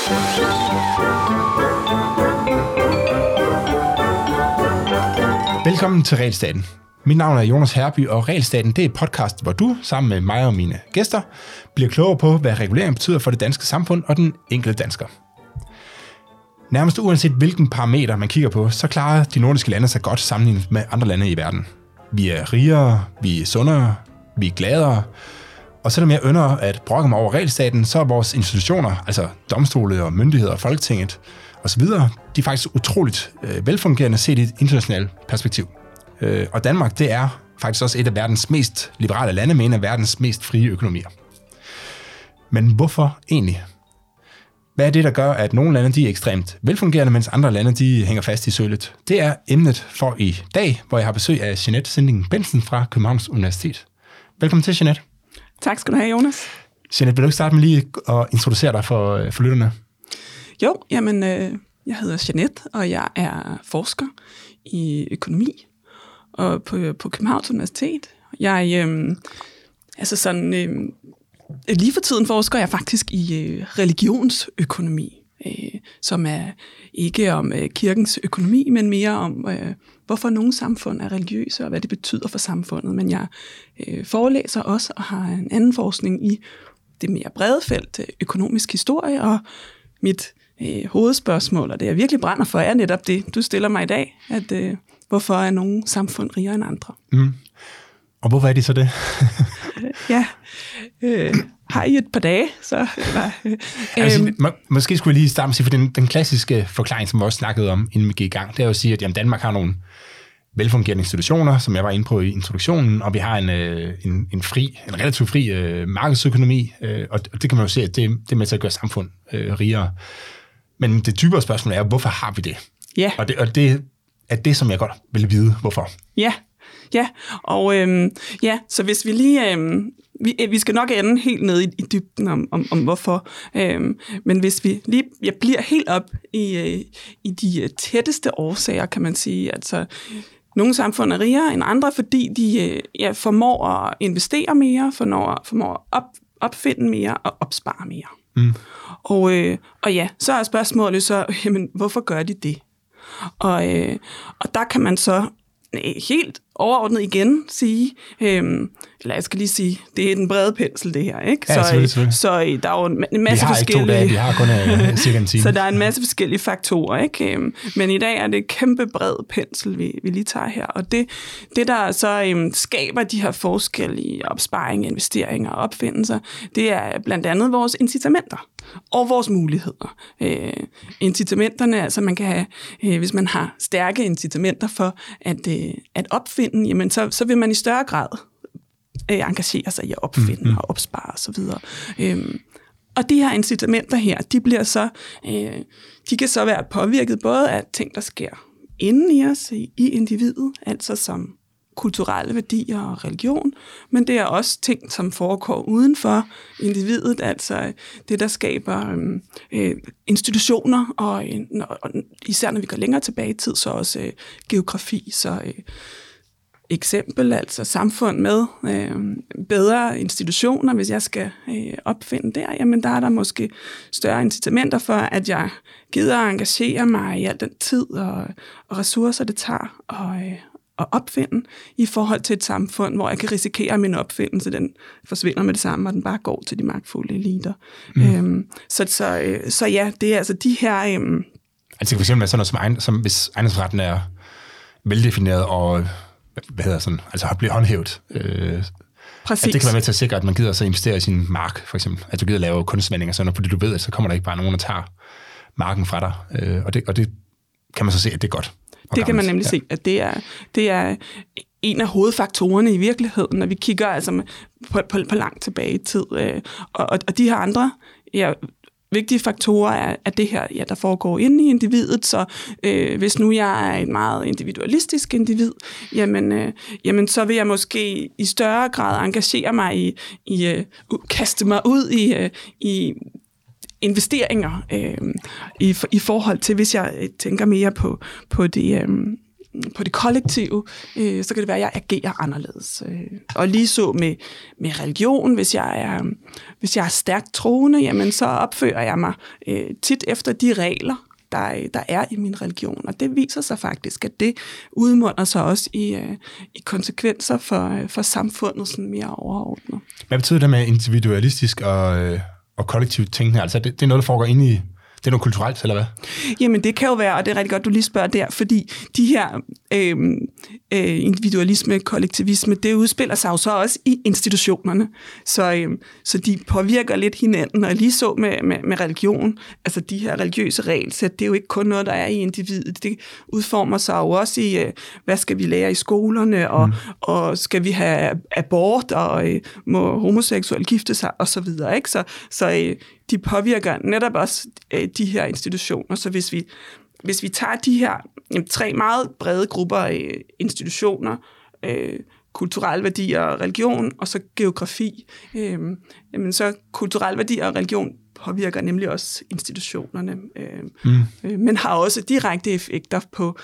Velkommen til Realstaten. Mit navn er Jonas Herby, og Realstaten det er et podcast, hvor du, sammen med mig og mine gæster, bliver klogere på, hvad regulering betyder for det danske samfund og den enkelte dansker. Nærmest uanset hvilken parameter man kigger på, så klarer de nordiske lande sig godt sammenlignet med andre lande i verden. Vi er rigere, vi er sundere, vi er gladere, og selvom jeg ynder at brokke mig over Realstaten, så er vores institutioner, altså domstole og myndigheder og Folketinget osv., de er faktisk utroligt velfungerende set i et internationalt perspektiv. Og Danmark, det er faktisk også et af verdens mest liberale lande med en af verdens mest frie økonomier. Men hvorfor egentlig? Hvad er det, der gør, at nogle lande de er ekstremt velfungerende, mens andre lande de hænger fast i sølet? Det er emnet for i dag, hvor jeg har besøg af Jeanette Sinding-Bentzen fra Københavns Universitet. Velkommen til, Jeanette. Tak skal du have, Jonas. Jeanette, vil du ikke starte med lige at introducere dig for lytterne? Jo, jamen, jeg hedder Jeanette, og jeg er forsker i økonomi og på Københavns Universitet. Jeg lige for tiden forsker jeg faktisk i religionsøkonomi, som er ikke om kirkens økonomi, men mere om, hvorfor nogle samfund er religiøse, og hvad det betyder for samfundet. Men jeg forelæser også og har en anden forskning i det mere brede felt, økonomisk historie, og mit hovedspørgsmål, og det jeg virkelig brænder for, er netop det, du stiller mig i dag, at hvorfor er nogle samfund rigere end andre? Mm. Og hvorfor er de så det? Har I et par dage? Så, måske skulle jeg lige starte med at sige, for den klassiske forklaring, som vi også snakkede om, inden vi gik i gang, det er jo at sige, at jamen, Danmark har nogle velfungerende institutioner, som jeg var inde på i introduktionen, og vi har en relativt fri markedsøkonomi, og det kan man jo se, at det er med til at gøre samfund rigere. Men det dybere spørgsmål er, hvorfor har vi det? Ja. Og det er det, som jeg godt vil vide, hvorfor. Ja, og så hvis vi lige... Vi skal nok ende helt ned i dybden om hvorfor, men hvis vi lige... Jeg bliver helt op i de tætteste årsager, kan man sige. Altså, nogle samfund er rigere end andre, fordi de formår at investere mere, formår at opfinde mere og opspare mere. Mm. Og så er spørgsmålet så, jamen, hvorfor gør de det? Og der kan man så helt overordnet igen sige, eller jeg skal lige sige, det er den brede pensel, det her, ikke? Ja, så der er jo en masse forskellige... Vi har kun cirka en time. Så der er en masse forskellige faktorer, ikke? Men i dag er det kæmpe bred pensel, vi lige tager her, og det der så skaber de her forskellige opsparing, investeringer og opfindelser, det er blandt andet vores incitamenter og vores muligheder. Incitamenterne, altså man kan have, hvis man har stærke incitamenter for at opfinde, jamen så vil man i større grad engagere sig i at opfinde og opspare osv. Og de her incitamenter her, de kan så være påvirket både af ting, der sker inden i os, i individet, altså som kulturelle værdier og religion, men det er også ting, som foregår uden for individet, altså det, der skaber institutioner, og især når vi går længere tilbage i tid, så også geografi, så eksempel, altså samfund med bedre institutioner, hvis jeg skal opfinde der, jamen der er der måske større incitamenter for, at jeg gider at engagere mig i al den tid og ressourcer, det tager at opfinde, i forhold til et samfund, hvor jeg kan risikere, at min opfindelse, den forsvinder med det samme, og den bare går til de magtfulde eliter. Så ja, det er altså de her... Altså for eksempel sådan noget som hvis ejendomsretten er veldefineret og altså bliver håndhævet. Præcis. At det kan være med til at sikre, at man gider så investere i sin mark, for eksempel. At du gider lave kunstvanding og sådan noget, fordi du ved, at så kommer der ikke bare nogen, der tager marken fra dig. Og det kan man så se, at det er godt. Det kan man nemlig se, at det er en af hovedfaktorerne i virkeligheden, når vi kigger altså på langt tilbage i tid. Og de her andre vigtige faktorer er det her, der foregår inde i individet. Så hvis nu jeg er et meget individualistisk individ, jamen så vil jeg måske i større grad engagere mig kaste mig ud i investeringer i forhold til, hvis jeg tænker mere på det på det kollektive, så kan det være, at jeg agerer anderledes. Og lige så med religion, hvis jeg er stærkt troende, jamen så opfører jeg mig tit efter de regler, der er i min religion. Og det viser sig faktisk, at det udmunder sig også i konsekvenser for samfundet sådan mere overordnet. Hvad betyder det med individualistisk og kollektivt tænkende? Altså det er noget, der foregår inde i... Det er noget kulturelt, eller hvad? Jamen, det kan jo være, og det er rigtig godt, du lige spørger der, fordi de her individualisme, kollektivisme, det udspiller sig jo så også i institutionerne. Så de påvirker lidt hinanden, og lige så med religion, altså de her religiøse regelsæt, det er jo ikke kun noget, der er i individet. Det udformer sig jo også i, hvad skal vi lære i skolerne, og skal vi have abort, og må homoseksuelle gifte sig, og så videre, ikke? Så de påvirker netop også de her institutioner. Så hvis vi tager de her 3 meget brede grupper af institutioner, kulturelle værdier, religion og så geografi, jamen så kulturelle værdier og religion påvirker nemlig også institutionerne, men har også direkte effekter på,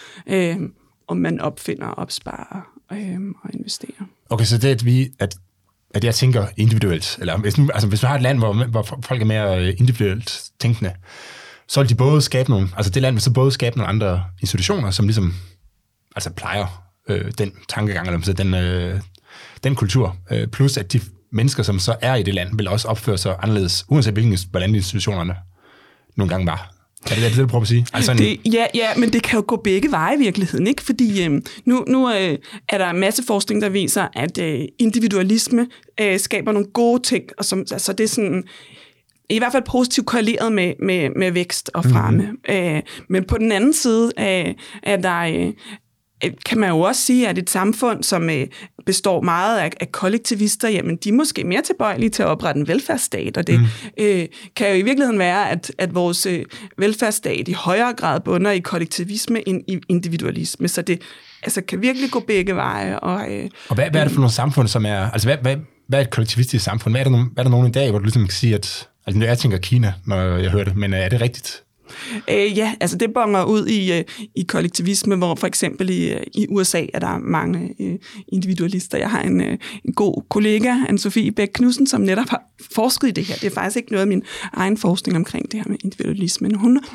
om man opfinder, opsparer og investerer. Okay, så det at jeg tænker individuelt, eller hvis man har et land, hvor folk er mere individuelt tænkende, så vil de både skabe nogle, altså det land vil så både skabe nogle andre institutioner, som ligesom altså plejer den tankegang, eller den kultur, plus at de mennesker, som så er i det land, vil også opføre sig anderledes, uanset hvordan institutionerne nogle gange var. Er det du prøver at sige? Altså ja, men det kan jo gå begge veje i virkeligheden, ikke? Fordi nu er der en masse forskning, der viser, at individualisme skaber nogle gode ting, og altså det er sådan i hvert fald positivt korreleret med vækst og fremme. Men på den anden side er der... kan man jo også sige, at et samfund, som består meget af kollektivister, jamen de er måske mere tilbøjelige til at oprette en velfærdsstat, og det kan jo i virkeligheden være, at vores velfærdsstat i højere grad bunder i kollektivisme end i individualisme, så det altså, kan virkelig gå begge veje. Og hvad er det for nogle samfund, som er... Altså, hvad er et kollektivistisk samfund? Hvad er der nogen i dag, hvor du ligesom kan sige, at... Altså, jeg tænker Kina, når jeg hører det, men er det rigtigt? Ja, altså det bonger ud i kollektivisme, hvor for eksempel i USA er der mange individualister. Jeg har en god kollega, Anne-Sophie Bæk Knudsen, som netop har forsket i det her. Det er faktisk ikke noget af min egen forskning omkring det her med individualisme.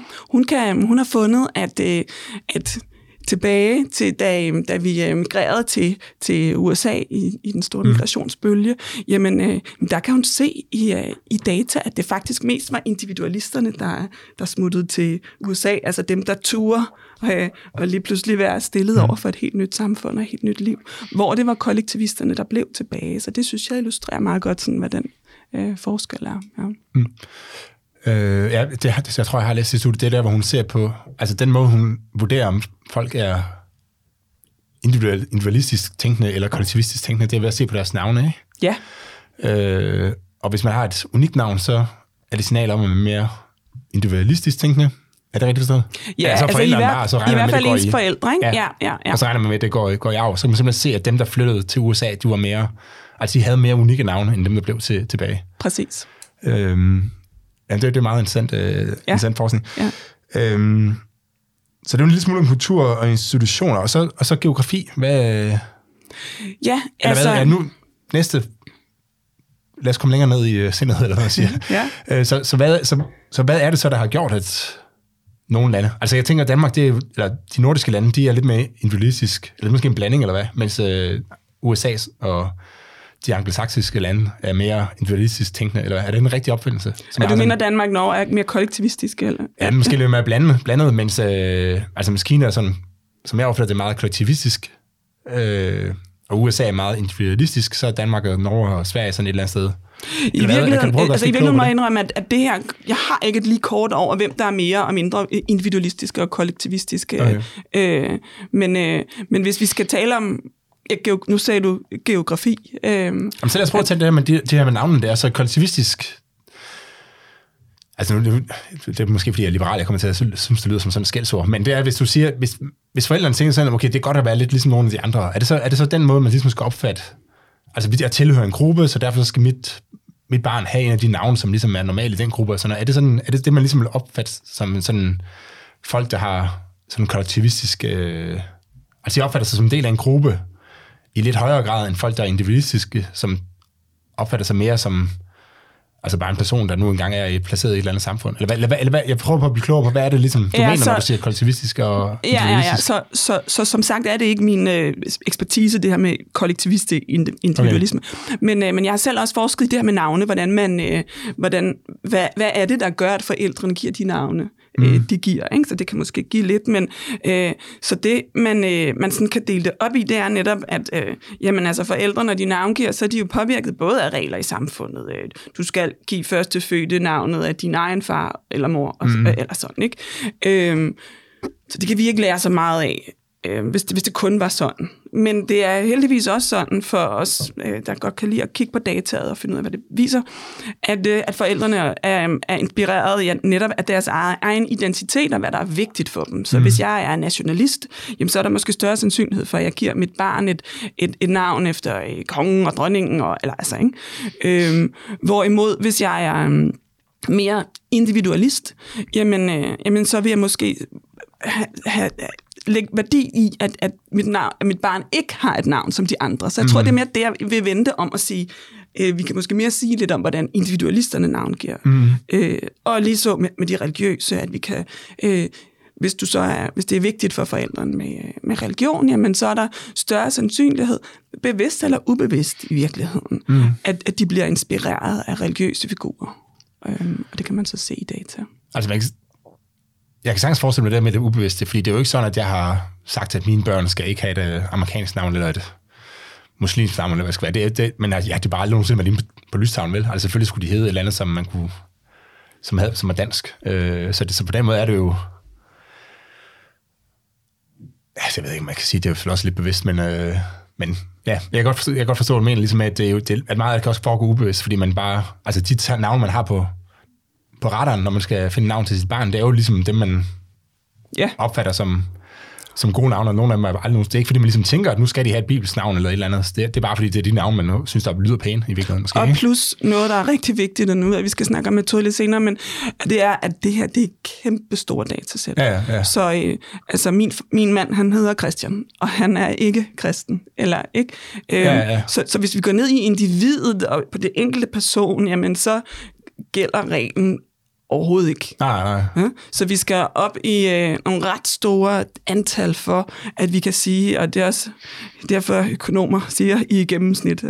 Hun har fundet, at tilbage til, da vi emigrerede til USA i den store migrationsbølge, jamen, der kan hun se i data, at det faktisk mest var individualisterne, der smuttede til USA, altså dem, der turde og lige pludselig være stillet over for et helt nyt samfund og et helt nyt liv, hvor det var kollektivisterne, der blev tilbage. Så det synes jeg illustrerer meget godt, sådan, hvad den forskel er. Ja. Jeg tror, jeg har læst i studiet, det der, hvor hun ser på, altså den måde, hun vurderer, om folk er individualistisk tænkende eller kollektivistisk tænkende, det er ved at se på deres navne, ikke? Ja. Og hvis man har et unikt navn, så er det signal om, at man er mere individualistisk tænkende. Er det rigtigt forstået? Ja, altså i hvert fald ens forældre, ikke? Ja. Og så regner man med, at det går i arv. Så kan man simpelthen se, at dem, der flyttede til USA, de var mere, altså de havde mere unikke navne, end dem, der blev tilbage. Præcis. Ja, det er meget interessant forskning. Ja. Så det er en lille smule om kultur og institutioner, og så geografi. Ja, altså... Nu næste... Lad os komme længere ned i sindet, eller hvad man siger. Ja. Så hvad er det så, der har gjort, at nogle lande... Altså jeg tænker, at Danmark, eller de nordiske lande, de er lidt mere individualistisk, eller måske en blanding, eller hvad, mens USA's og de anglosaksiske lande er mere individualistisk tænkende, eller er det en rigtig opfindelse? Du mener, Danmark Norge er mere kollektivistisk, eller? Ja, måske lidt mere blandet, mens mens Kina er sådan, som jeg opfatter det, meget kollektivistisk, og USA er meget individualistisk, så er Danmark og Norge og Sverige sådan et eller andet sted. I virkeligheden må jeg indrømme, at det her, jeg har ikke et lige kort over, hvem der er mere og mindre individualistiske og kollektivistiske. Okay. Men hvis vi skal tale om, nu sagde du geografi. Så lad os prøve at tage det her med de her med navnene der, så kollektivistisk. Altså, det er måske fordi jeg er liberal, jeg kommer til at synes, det lyder som sådan et skældsord, men det er, hvis du siger, hvis forældrene tænker sådan, okay, det er godt at være lidt ligesom nogle af de andre, er det så den måde, man ligesom skal opfatte? Altså, jeg tilhører en gruppe, så derfor skal mit barn have en af de navne, som ligesom er normale i den gruppe, og sådan, er det man ligesom vil opfatte som sådan folk, der har sådan kollektivistisk Altså de opfatter sig som en del af en gruppe i lidt højere grad end folk, der er individualistiske, som opfatter sig mere som altså bare en person, der nu engang er placeret i et eller andet samfund. Eller hvad, jeg prøver på at blive klogere på, hvad er det ligesom, du mener, når du siger kollektivistisk og individualistisk? Så som sagt er det ikke min ekspertise, det her med kollektivistisk individualisme. Okay. Men jeg har selv også forsket i det her med navne, hvad er det, der gør, at forældrene giver de navne, de giver. Ikke? Så det kan måske give lidt, men så det, man sådan kan dele det op i, det er netop, at jamen, altså forældre, når de navngiver, så er de jo påvirket både af regler i samfundet. Du skal give førstefødte navnet af din egen far eller mor, eller sådan, ikke? Så det kan vi ikke lære så meget af, hvis det kun var sådan. Men det er heldigvis også sådan for os, der godt kan lide at kigge på dataet og finde ud af, hvad det viser, at forældrene er inspireret netop af deres egen identitet og hvad der er vigtigt for dem. Så hvis jeg er nationalist, jamen, så er der måske større sandsynlighed for, at jeg giver mit barn et navn efter kongen og dronningen. Hvorimod, hvis jeg er mere individualist, jamen så vil jeg måske lægge værdi i, at mit barn ikke har et navn som de andre. Så jeg tror, det er mere det, jeg vil vente om at sige. Vi kan måske mere sige lidt om, hvordan individualisterne navngiver. Og lige så med de religiøse, at vi kan... Hvis det er vigtigt for forældrene med religion, jamen så er der større sandsynlighed, bevidst eller ubevidst i virkeligheden, at de bliver inspireret af religiøse figurer. Og det kan man så se i data. Altså, jeg kan sagtens forestille mig det med det ubevidste, fordi det er jo ikke sådan, at jeg har sagt, at mine børn skal ikke have et amerikansk navn, eller et muslimsk navn, eller hvad skal være. Men jeg har bare aldrig nogensinde været inde på lystavlen, vel? Altså selvfølgelig skulle de hedde et eller andet, som man kunne, som er dansk. Så på den måde er det jo... Altså, jeg ved ikke, om man kan sige, det er jo også lidt bevidst, men ja, jeg kan godt forstå, hvad du mener, ligesom at, at meget af det kan også foregå ubevidst, fordi man bare... Altså, de navne, man har på radaren, når man skal finde navn til sit barn, det er jo ligesom dem, man opfatter som gode navne, og nogle af dem er aldrig nogen. Det er ikke, fordi man ligesom tænker, at nu skal de have et bibelsk navn eller et eller andet. Det er bare, fordi det er de navne, man synes, der lyder pæne i virkeligheden. Måske, og ikke? Plus noget, der er rigtig vigtigt, og nu at vi skal snakke om metode lidt senere, men det er, at det her, det er et kæmpe stort datasæt. Ja. Så altså min mand, han hedder Christian, og han er ikke kristen, eller ikke? Så hvis vi går ned i individet og på det enkelte person, jamen så gælder reglen overhovedet ikke. Nej. Ja? Så vi skal op i nogle ret store antal for, at vi kan sige, og det er også derfor økonomer siger i gennemsnit.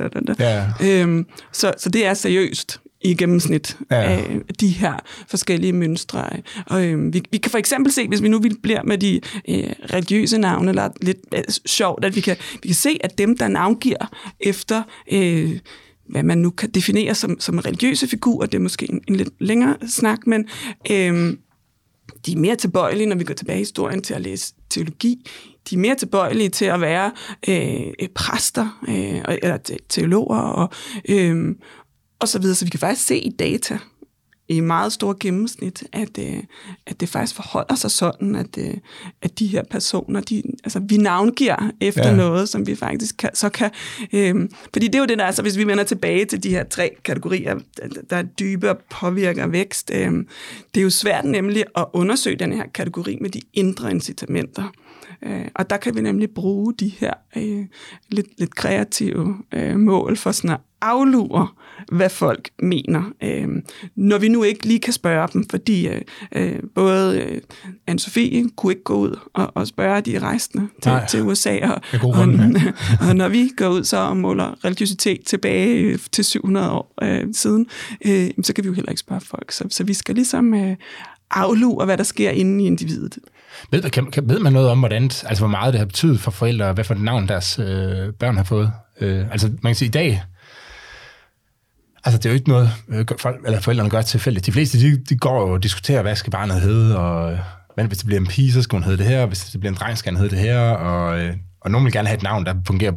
Så det er seriøst i gennemsnit af de her forskellige mønstre. Og vi kan for eksempel se, hvis vi nu bliver med de religiøse navne, eller lidt sjovt, at vi kan se, at dem, der navngiver efter... hvad man nu kan definere som religiøse figurer, det er måske en lidt længere snak, men de er mere tilbøjelige, når vi går tilbage i historien, til at læse teologi. De er mere tilbøjelige til at være præster, eller teologer, og så videre. Så vi kan faktisk se i data, i meget store gennemsnit, at det faktisk forholder sig sådan, at de her personer, vi navngiver efter noget, som vi faktisk kan... fordi det er jo det der, altså hvis vi vender tilbage til de her 3 kategorier, der er dybe og påvirker vækst, det er jo svært nemlig at undersøge den her kategori med de indre incitamenter. Og der kan vi nemlig bruge de her lidt kreative mål for sådan at aflure, hvad folk mener. Når vi nu ikke lige kan spørge dem, fordi både Anne-Sophie kunne ikke gå ud og spørge de rejsende til USA, og når vi går ud så og måler religiøsitet tilbage til 700 år siden, så kan vi jo heller ikke spørge folk. Så vi skal ligesom aflure, hvad der sker inde i individet. Ved man noget om, hvor meget det har betydet for forældre, hvad for et navn deres børn har fået? Altså, man kan sige, i dag, altså det er jo ikke noget, forældrene gør tilfældigt. De fleste, de går og diskuterer, hvad skal barnet hedde, og hvis det bliver en pige, så skal hun hedde det her, hvis det bliver en dreng, skal han hedde det her, og nogen vil gerne have et navn, der fungerer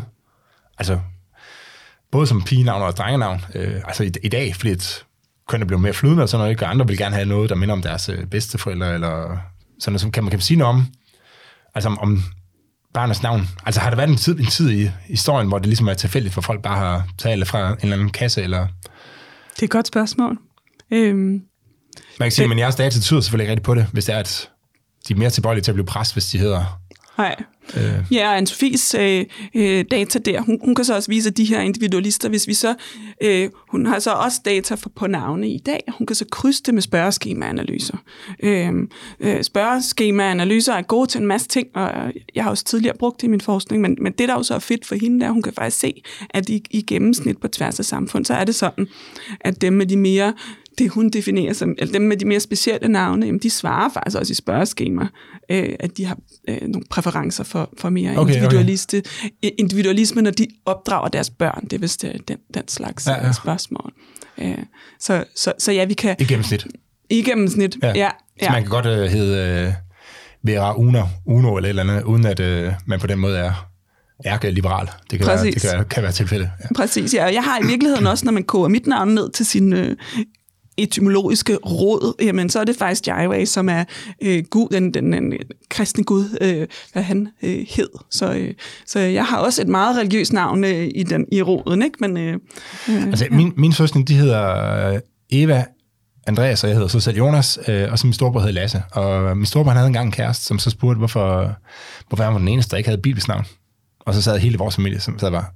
både som pigenavn og drengenavn. I dag, fordi kønnet bliver mere flydende og sådan noget, ikke? Og andre vil gerne have noget, der minder om deres bedsteforældre, eller sådan noget, som kan man sige noget om, altså om barnets navn. Altså har der været en tid i historien, hvor det ligesom er tilfældigt, for folk bare har taget fra en eller anden kasse, eller... Det er et godt spørgsmål. Man kan sige, men jeres data tyder selvfølgelig ikke rigtig på det, hvis det er, at de er mere tilbøjelige til at blive præst, hvis de hedder... Nej. Ja, og Anne-Sophies data der, hun kan så også vise de her individualister, hvis vi så, hun har så også data på navne i dag, hun kan så krydse det med spørgeskemaanalyser. Spørgeskemaanalyser er gode til en masse ting, og jeg har også tidligere brugt det i min forskning, men det der jo så er fedt for hende, der hun kan faktisk se, at i gennemsnit på tværs af samfund, så er det sådan, at dem med de mere det hun definerer som, eller dem med de mere specielle navne, jamen de svarer faktisk også i spørgeskemaer, at de har nogle præferencer for mere individualisme, når de opdrager deres børn. Det er vist den slags spørgsmål. Så ja, vi kan... I gennemsnit, ja. Så man kan godt hedde Vera Uno eller et eller andet, uden at man på den måde er ærke-liberal. Det kan være tilfælde. Ja. Præcis, ja. Jeg har i virkeligheden også, når man koger mit navn ned til sin etymologiske råd, jamen så er det faktisk Yahweh, som er Gud, den kristne Gud, hvad han hed. Så jeg har også et meget religiøst navn i råden, ikke? Men, altså, min søskende, de hedder Eva, Andreas, og jeg hedder så selv Jonas, og så min storebror hedder Lasse. Og min storebror havde engang en kæreste, som så spurgte, hvorfor han var den eneste, der ikke havde bibelsk navn. Og så sad hele vores familie, som sad bare...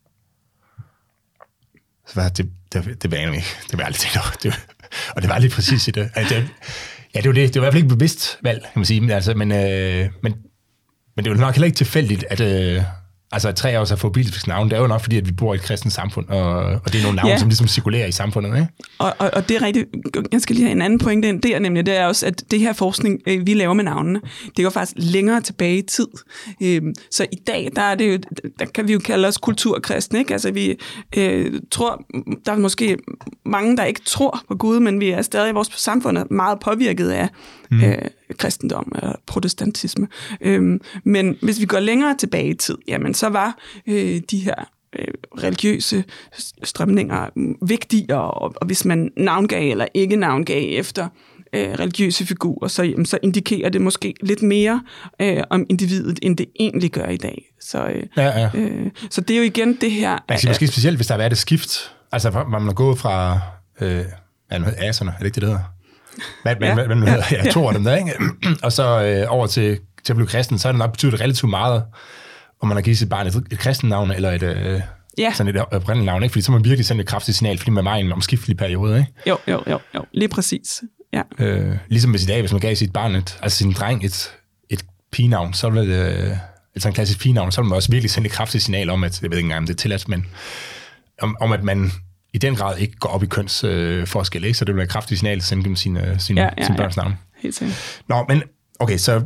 Så var det var egentlig ikke. Det var aldrig tænkt over. Og det var lige præcis i det. Altså, det var det. Det var i hvert fald ikke et bevidst valg, kan man sige. Men det var nok heller ikke tilfældigt, at 3 år så få bibelsk navn. Det er jo nok fordi, at vi bor i et kristent samfund, og det er nogle navne, som ligesom cirkulerer i samfundet, ikke? Og det er rigtigt. Jeg skal lige have en anden pointe end der, nemlig det er også, at det her forskning, vi laver med navnene, det går faktisk længere tilbage i tid. Så i dag, der kan vi jo kalde os kulturkristne, ikke? Altså vi tror, der er måske mange, der ikke tror på Gud, men vi er stadig i vores samfund meget påvirket af kristendom eller protestantisme. Men hvis vi går længere tilbage i tid, jamen så var de her religiøse strømninger vigtigere, og hvis man navngav eller ikke navngav efter religiøse figurer, så indikerer det måske lidt mere om individet, end det egentlig gør i dag. Så det er jo igen det her... Altså måske specielt, hvis der har været et skift, altså hvor man er gået fra aserne, er det ikke det hedder? Hvad nu hedder? Ja, 2 af dem der, ikke? Og så over til at blive kristen, så er det nok betydet relativt meget, om man har givet sit barn et kristennavn eller et sådan et oprindeligt navn, ikke? Fordi så må man virkelig sende et kraftigt signal, fordi man var i en omskiftelig periode, ikke? Jo, lige præcis. Ja. Ligesom hvis i dag, hvis man gav sit barn, sin dreng et pigenavn, så ville det et sådan klassisk pigenavn, så ville man også virkelig sende et kraftigt signal om, at, jeg ved ikke engang, om det er tilladt, men om at man i den grad ikke går op i kønsforskel, ikke? Så det bliver et kraftigt signal at sende gennem sin børns navn. Helt sikkert. Nå, men okay, så...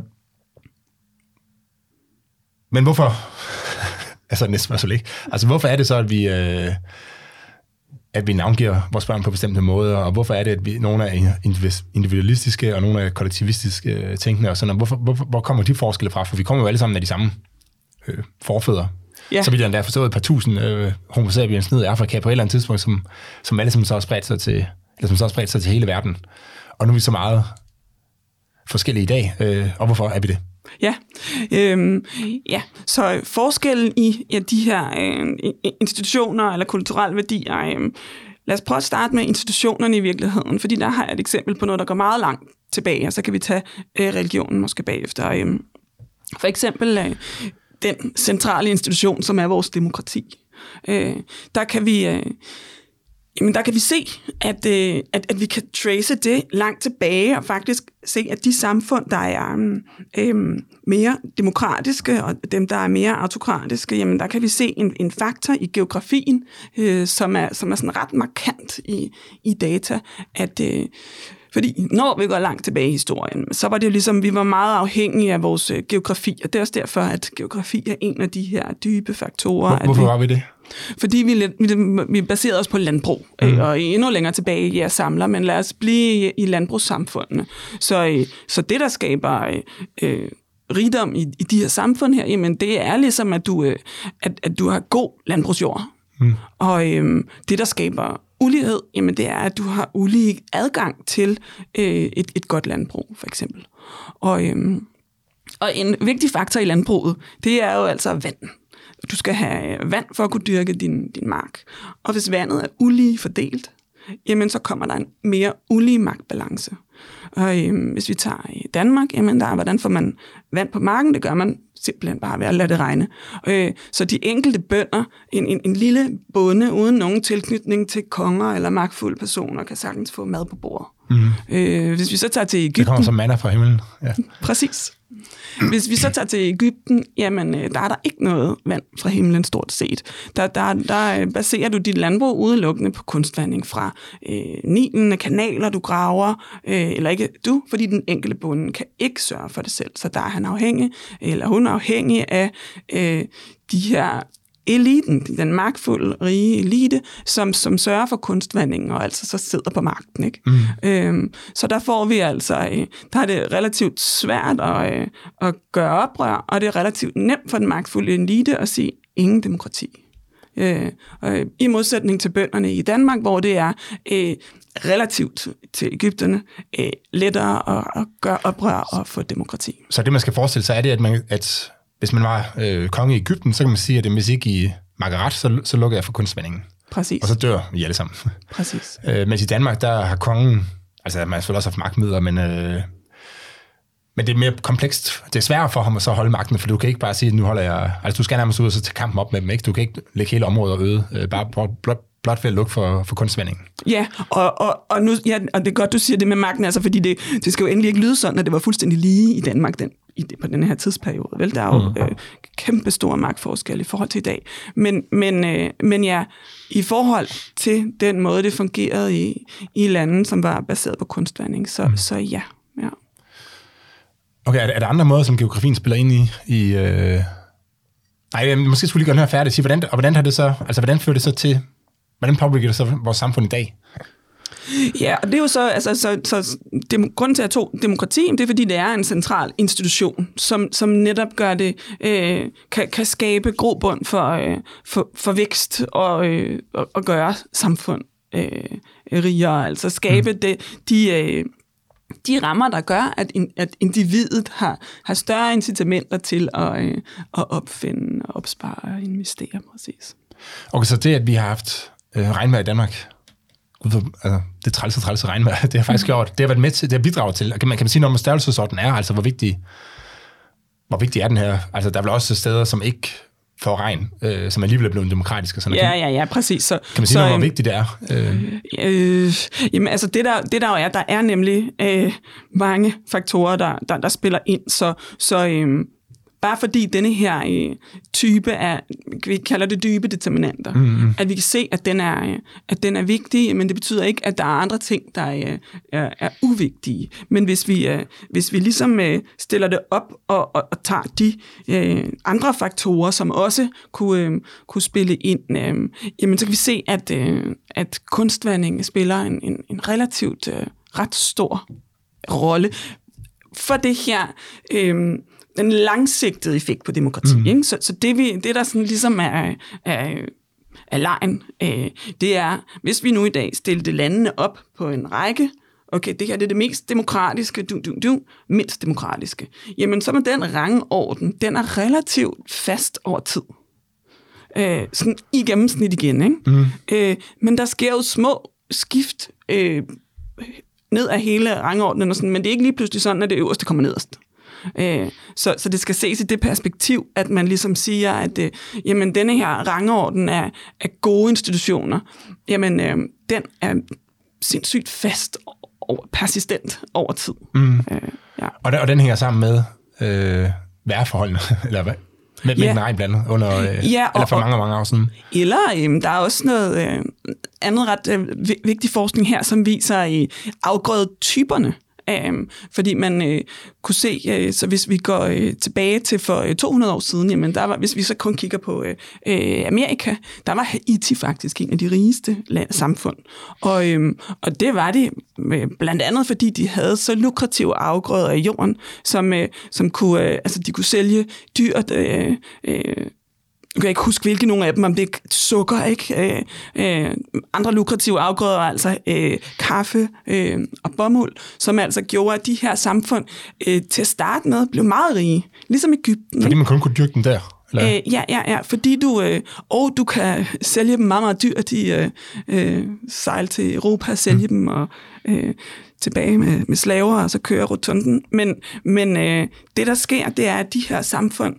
Men hvorfor... altså næsten spørgsmål ikke. Altså hvorfor er det så, at vi navngiver vores børn på bestemte måder, og hvorfor er det, at nogle er individualistiske, og nogle er kollektivistiske tænkende, og sådan, og hvor kommer de forskelle fra? For vi kommer jo alle sammen af de samme forfædre. Ja. Så vil der endda forstået et par tusind homo sapiens ned i Afrika på et eller andet tidspunkt, som alle sammen så har spredt sig til hele verden. Og nu er vi så meget forskellige i dag, og hvorfor er vi det? Ja, så forskellen i de her institutioner eller kulturelle værdier, lad os prøve at starte med institutionerne i virkeligheden, fordi der har jeg et eksempel på noget, der går meget langt tilbage, og så kan vi tage religionen måske bagefter. For eksempel den centrale institution, som er vores demokrati. Der kan vi se, at vi kan trace det langt tilbage, og faktisk se, at de samfund, der er mere demokratiske, og dem, der er mere autokratiske, jamen der kan vi se en faktor i geografien, som er sådan ret markant i data, at... Fordi når vi går langt tilbage i historien, så var det jo ligesom, vi var meget afhængige af vores geografi, og det er også derfor, at geografi er en af de her dybe faktorer. Hvorfor var vi det? Fordi vi baserede os på landbrug, og endnu længere tilbage samler, men lad os blive i landbrugssamfundene. Så det, der skaber rigdom i de her samfund her, jamen det er ligesom, at du har god landbrugsjord. Og det, der skaber ulighed, jamen det er, at du har ulige adgang til et godt landbrug, for eksempel. Og en vigtig faktor i landbruget, det er jo altså vand. Du skal have vand for at kunne dyrke din mark. Og hvis vandet er ulige fordelt, jamen så kommer der en mere ulige magtbalance. Og hvis vi tager i Danmark, jamen hvordan får man vand på marken? Det gør man simpelthen bare ved at lade det regne. Så de enkelte bønder, en lille bonde uden nogen tilknytning til konger eller magtfulde personer, kan sagtens få mad på bordet. Hvis vi så tager til Egypten... Det kommer som manna fra himlen. Ja. Præcis. Hvis vi så tager til Egypten, jamen der er der ikke noget vand fra himlen stort set. Der baserer du dit landbrug udelukkende på kunstvanding fra Nilen, kanaler du graver, eller ikke du, fordi den enkelte bonde kan ikke sørge for det selv. Så der er han afhængig, eller hun er afhængig af de her eliten, den magtfulde, rige elite, som sørger for kunstvandingen, og altså så sidder på magten. Ikke? Så der får vi altså, der er det relativt svært at gøre oprør, og det er relativt nemt for den magtfulde elite at sige, ingen demokrati. I modsætning til bønderne i Danmark, hvor det er relativt til Egypterne lettere at gøre oprør og få demokrati. Så det, man skal forestille sig, er det, at hvis man var konge i Egypten, så kan man sige, at hvis ikke I makker ret, så lukker jeg for kunstvandingen. Præcis. Og så dør I alle sammen. Præcis. Mens i Danmark, der har kongen, altså man har selvfølgelig også haft magtmidler, men det er mere komplekst. Det er sværere for ham at så holde magten, for du kan ikke bare sige, at nu holder jeg... Altså du skal nærmest ud og så tage kampen op med dem, ikke? Du kan ikke lægge hele området øde, bare blot ved at lukke for kunstvandingen. Ja, og nu, ja, og det er godt, du siger det med magten, altså, fordi det skal jo endelig ikke lyde sådan, at det var fuldstændig lige i Danmark på den her tidsperiode. Vel? Der er jo kæmpe store magtforskelle i forhold til i dag. Men ja, i forhold til den måde, det fungerede i lande, som var baseret på kunstvanding, så ja. Okay, er der andre måder, som geografien spiller ind i Nej, måske skulle lige gøre den her færdig og sige, hvordan har det så, altså hvordan fører det så til, hvordan påvirker det så vores samfund i dag? Ja, og det er jo så grunden til at tog demokrati, det er fordi, det er en central institution, som netop gør det, kan skabe grobund for vækst og gøre samfund rigere, altså skabe de rammer, der gør, at individet har større incitamenter til at opfinde, opspare og investere, præcis. Okay, så det, at vi har haft regnvejr i Danmark, altså, det trælse regnvejr, det har faktisk gjort, det har været med til, det har bidraget til, kan man sige noget om størrelsesordenen er, altså hvor vigtig er den her, altså der er vel også steder, som ikke får regn, som alligevel er blevet demokratiske. Sådan Ja, præcis. Så, kan man sige noget om, hvor vigtigt det er? Jamen altså, det der jo er, der er nemlig mange faktorer, der spiller ind, så bare fordi denne her type af, vi kalder det dybe determinanter, at vi kan se, at den er vigtig, men det betyder ikke, at der er andre ting, der er uvigtige. Men hvis vi ligesom stiller det op og tager de andre faktorer, som også kunne spille ind, jamen så kan vi se, at kunstvanding spiller en relativt ret stor rolle for det her den langsigtede effekt på demokrati. Ikke? Så det der sådan ligesom er lejen, det er, hvis vi nu i dag stiller landene op på en række, okay, det her det er det mest demokratiske, mindst demokratiske, jamen så er den rangorden, den er relativt fast over tid. Sådan i gennemsnit igen. Ikke? Men der sker jo små skift ned af hele rangordenen, og sådan, men det er ikke lige pludselig sådan, at det øverste kommer nederst. Så det skal ses i det perspektiv, at man ligesom siger, at jamen, denne her rangorden af gode institutioner, jamen, den er sindssygt fast og persistent over tid. Ja. Og den hænger sammen med vejrforholdene, eller hvad? Med den regnblandet under, eller for mange år siden. Eller der er også noget andet ret vigtig forskning her, som viser i afgrødetyperne. Fordi man kunne se, så hvis vi går tilbage til for 200 år siden, jamen der var, hvis vi så kun kigger på Amerika, der var Haiti faktisk en af de rigeste samfund. Og det var det blandt andet, fordi de havde så lukrative afgrøder i jorden, som kunne, altså de kunne sælge dyrt. Jeg kan ikke huske, hvilke nogle af dem, om det er sukker, ikke? Andre lukrative afgrøder, altså kaffe og bomuld, som altså gjorde, at de her samfund til at starte med blev meget rige, ligesom Egypten. Fordi man kun kunne dyrke dem der? Ja, fordi du kan sælge dem meget, meget dyrt. De sejle til Europa, sælge dem og tilbage med slaver, og så køre rotunden. Men det, der sker, det er, at de her samfund,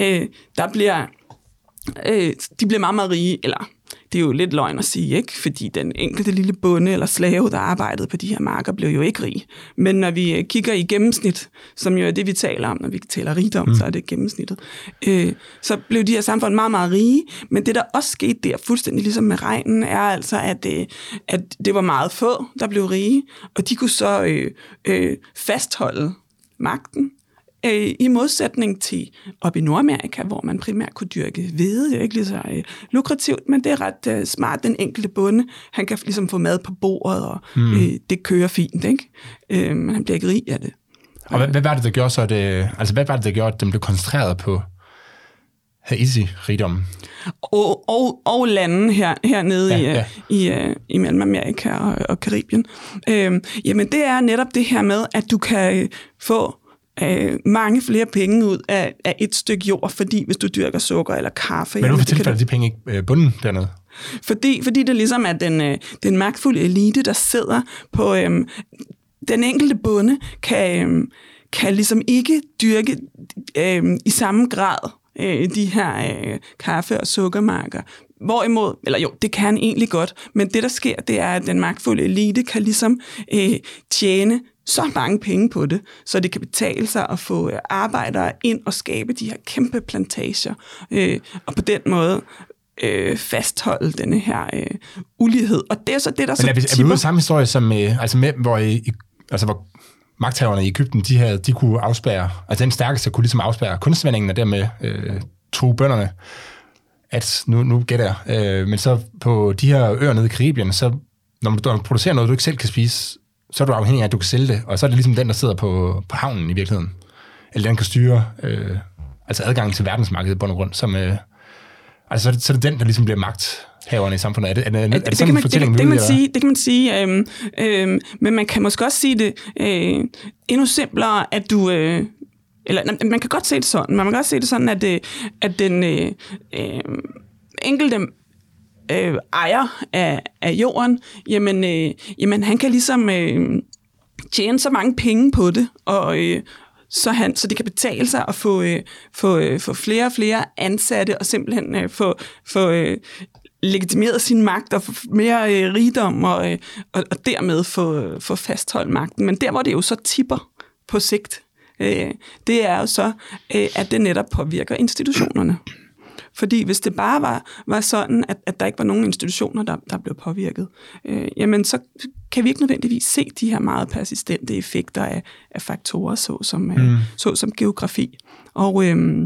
de bliver meget, meget rige, eller det er jo lidt løgn at sige, ikke? Fordi den enkelte lille bonde eller slave, der arbejdede på de her marker, blev jo ikke rig. Men når vi kigger i gennemsnit, som jo er det, vi taler om, når vi taler rigdom, så er det gennemsnittet, så blev de her samfund meget, meget rige. Men det, der også skete der, fuldstændig ligesom med regnen, er altså, at det var meget få, der blev rige, og de kunne så fastholde magten, i modsætning til op i Nordamerika, hvor man primært kunne dyrke hvede. Det er ikke lige så lukrativt, men det er ret smart. Den enkelte bonde, han kan ligesom få mad på bordet, og det kører fint, ikke? Men han bliver ikke rig af det. Og hvad var det, der gjorde så det? Altså, hvad var det, der gjorde, at den blev koncentreret på Haiti-rigdommen? Og lande hernede i Mellemamerika og Karibien. Jamen, det er netop det her med, at du kan få mange flere penge ud af et stykke jord, fordi hvis du dyrker sukker eller kaffe... Men hvorfor tilfælder de penge ikke bundet dernede? Fordi det ligesom er den magtfulde elite, der sidder på... den enkelte bonde kan ligesom ikke dyrke i samme grad de her kaffe- og sukkermarker. Hvorimod, eller jo, det kan han egentlig godt, men det, der sker, det er, at den magtfulde elite kan ligesom tjene så mange penge på det, så det kan betale sig at få arbejdere ind og skabe de her kæmpe plantager, og på den måde fastholde denne her ulighed. Og det er så det, der så tipper... Er vi ude i samme historie, som, hvor magthaverne i Egypten, de kunne afspærre, altså den stærkeste kunne ligesom afspærre kunstvandingen, og dermed true bønderne, at nu gætter jeg, men så på de her øer nede i Karibien, så når du producerer noget, du ikke selv kan spise, så er du afhængig af, at du kan sælge det, og så er det ligesom den, der sidder på havnen i virkeligheden. Eller den kan styre altså adgangen til verdensmarkedet på en grund, som... så er det den, der ligesom bliver magthaverne i samfundet. Er det sådan en fortælling? Det kan man sige, men man kan måske også sige det endnu simplere, at du... eller man kan godt se det sådan. Man kan godt se det sådan, at den enkelte ejer af jorden, jamen han kan ligesom tjene så mange penge på det, og så det kan betale sig at få flere og flere ansatte, og simpelthen få legitimeret sin magt og få mere rigdom, og dermed få fastholdt magten. Men der, hvor det jo så tipper på sigt, det er jo så, at det netop påvirker institutionerne. Fordi hvis det bare var sådan, at der ikke var nogen institutioner, der blev påvirket, jamen så kan vi ikke nødvendigvis se de her meget persistente effekter af faktorer, såsom geografi. Og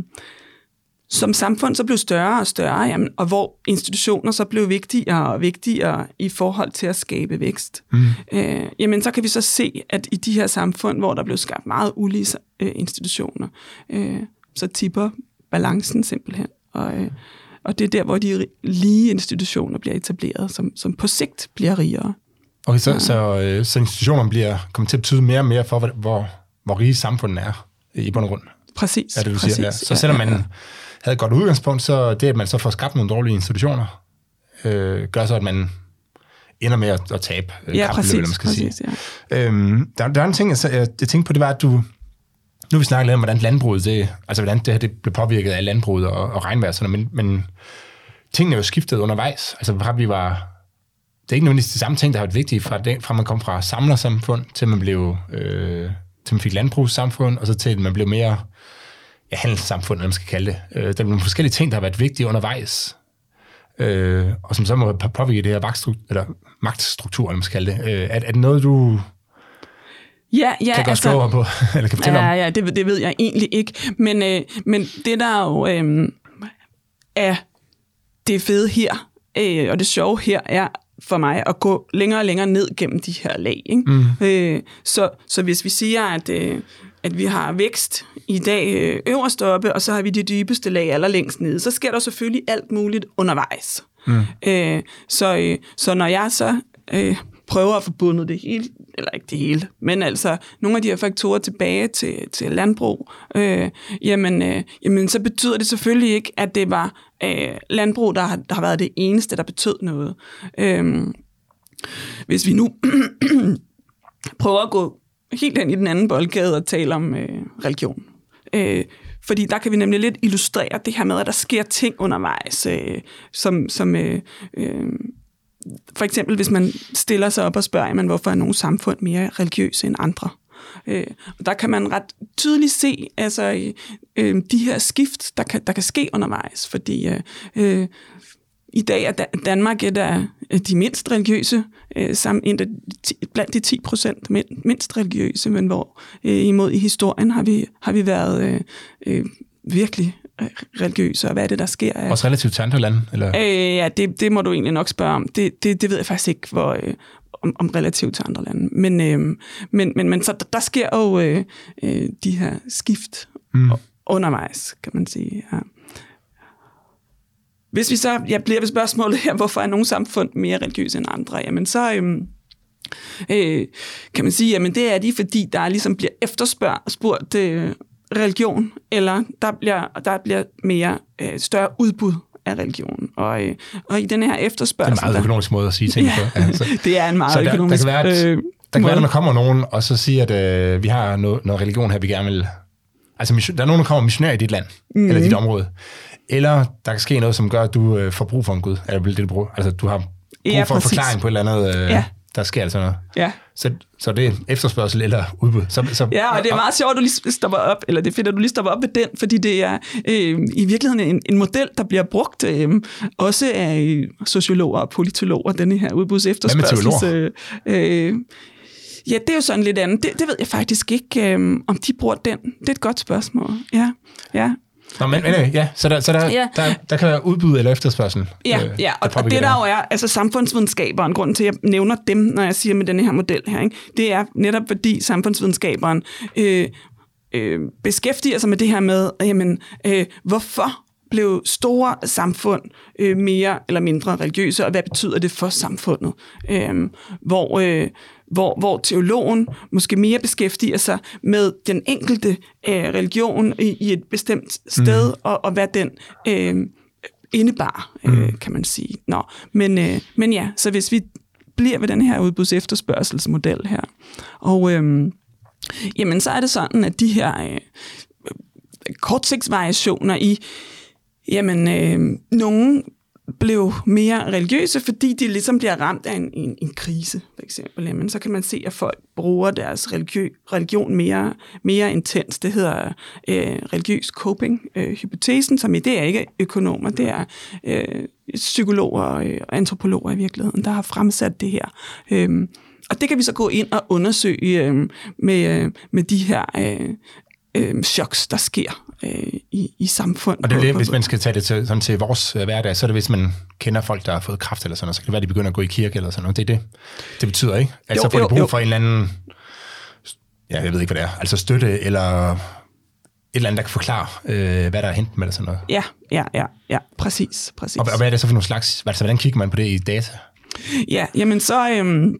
som samfund så blev større og større, jamen, og hvor institutioner så blev vigtigere og vigtigere i forhold til at skabe vækst. Jamen så kan vi så se, at i de her samfund, hvor der blev skabt meget ulige institutioner, så tipper balancen simpelthen. Og det er der, hvor de lige institutioner bliver etableret, som på sigt bliver rigere. Okay, så institutionerne kommer til at betyde mere og mere for, hvor rige samfundet er i bund og grund. Præcis. Er det, du siger? Ja. Så selvom man havde et godt udgangspunkt, så det, at man så får skabt nogle dårlige institutioner, gør så, at man ender med at tabe kapløbet, man skal sige. Ja. Der er en ting, jeg tænkte på, det var, at nu har vi snakket lidt om, hvordan landbruget, hvordan det her det blev påvirket af landbruget og regnvejr, men tingene er jo skiftet undervejs. Altså, det er ikke nødvendigvis de samme ting, der har været vigtige, fra man kom fra samlersamfund, til man blev, til man fik landbrugssamfund, og så til man blev mere handelssamfund, eller man skal kalde det. Der er nogle forskellige ting, der har været vigtige undervejs, og som så må påvirke det her magtstruktur, eller man skal kalde det. Er det noget, du... kan godt slå over på, eller kan fortælle om? Ja, det ved jeg egentlig ikke. Men det, der jo er det fede her, og det sjove her, er for mig at gå længere og længere ned gennem de her lag. Ikke? Så hvis vi siger, at vi har vækst i dag øverst oppe, og så har vi de dybeste lag allerlængst nede, så sker der selvfølgelig alt muligt undervejs. Så når jeg så... prøver at få bundet det eller ikke det hele, men altså nogle af de her faktorer tilbage til landbrug, jamen så betyder det selvfølgelig ikke, at det var landbrug, der har været det eneste, der betød noget. Hvis vi nu prøver at gå helt hen i den anden boldgade og tale om religion. Fordi der kan vi nemlig lidt illustrere det her med, at der sker ting undervejs, som for eksempel, hvis man stiller sig op og spørger, hvorfor er nogle samfund mere religiøse end andre? Og der kan man ret tydeligt se altså, de her skift, der kan ske undervejs, fordi i dag er Danmark et af de mindst religiøse, blandt de 10% mindst religiøse, men hvor imod i historien har vi været virkelig religiøse, og hvad er det, der sker? Også relativt til andre lande? Eller? Ja, det må du egentlig nok spørge om. Det ved jeg faktisk ikke, om relativt til andre lande. Men så der sker jo de her skift undervejs, kan man sige. Ja. Hvis vi så bliver ved spørgsmålet her, hvorfor er nogle samfund mere religiøse end andre, jamen så kan man sige, jamen det er de, fordi der ligesom bliver efterspurgt religion, eller der bliver mere større udbud af religion. Og i den her efterspørgsel... Det er en meget økonomisk måde at sige ting på. Altså. Det er en meget økonomisk måde. Der kan være, at der kommer nogen, og så siger, at vi har noget religion her, vi gerne vil... Altså, der er nogen, der kommer missionær i dit land, eller dit område. Eller der kan ske noget, som gør, at du får brug for en Gud. Eller det, du bruger. Altså, du har brug for en forklaring på et eller andet... Der sker altså noget. Ja. Så det er efterspørgsel eller udbud. Ja, og det er meget sjovt, at du lige stopper op, eller det er fedt, at du lige stopper op ved den, fordi det er i virkeligheden en model, der bliver brugt også af sociologer og politologer, denne her udbuds-efterspørgsel. Ja, det er jo sådan lidt andet. Det ved jeg faktisk ikke, om de bruger den. Det er et godt spørgsmål. Ja. Nå, men så der kan være udbud eller efterspørgsel. Ja, og det der jo er, altså samfundsvidenskaberen, grunden til, at jeg nævner dem, når jeg siger med den her model her, ikke, det er netop fordi samfundsvidenskaberen beskæftiger sig med det her med, jamen, hvorfor blev store samfund mere eller mindre religiøse, og hvad betyder det for samfundet? Hvor teologen måske mere beskæftiger sig med den enkelte religion i et bestemt sted, og hvad den indebar, kan man sige. Men ja, så hvis vi bliver ved den her udbuds-efterspørgselsmodel her, og jamen, så er det sådan, at de her kortsigtsvariationer i, jamen, nogen blev mere religiøse, fordi de ligesom bliver ramt af en krise, for eksempel. Jamen, så kan man se, at folk bruger deres religion mere intens. Det hedder religiøs coping-hypotesen, som det er ikke økonomer, det er psykologer og antropologer i virkeligheden, der har fremsat det her. Og det kan vi så gå ind og undersøge med de her choks, der sker i samfundet. Og det er det, hvis man skal tage det til vores hverdag, så er det, hvis man kender folk, der har fået kræft eller sådan noget, så kan det være, de begynder at gå i kirke eller sådan noget. Det er det betyder, ikke? Altså får de brug for en eller anden, jeg ved ikke, hvad det er, altså støtte eller et eller andet, der kan forklare, hvad der er hentet med eller sådan noget. Ja, præcis. Og hvad er det så for nogle slags, hvordan kigger man på det i data? Ja, jamen så,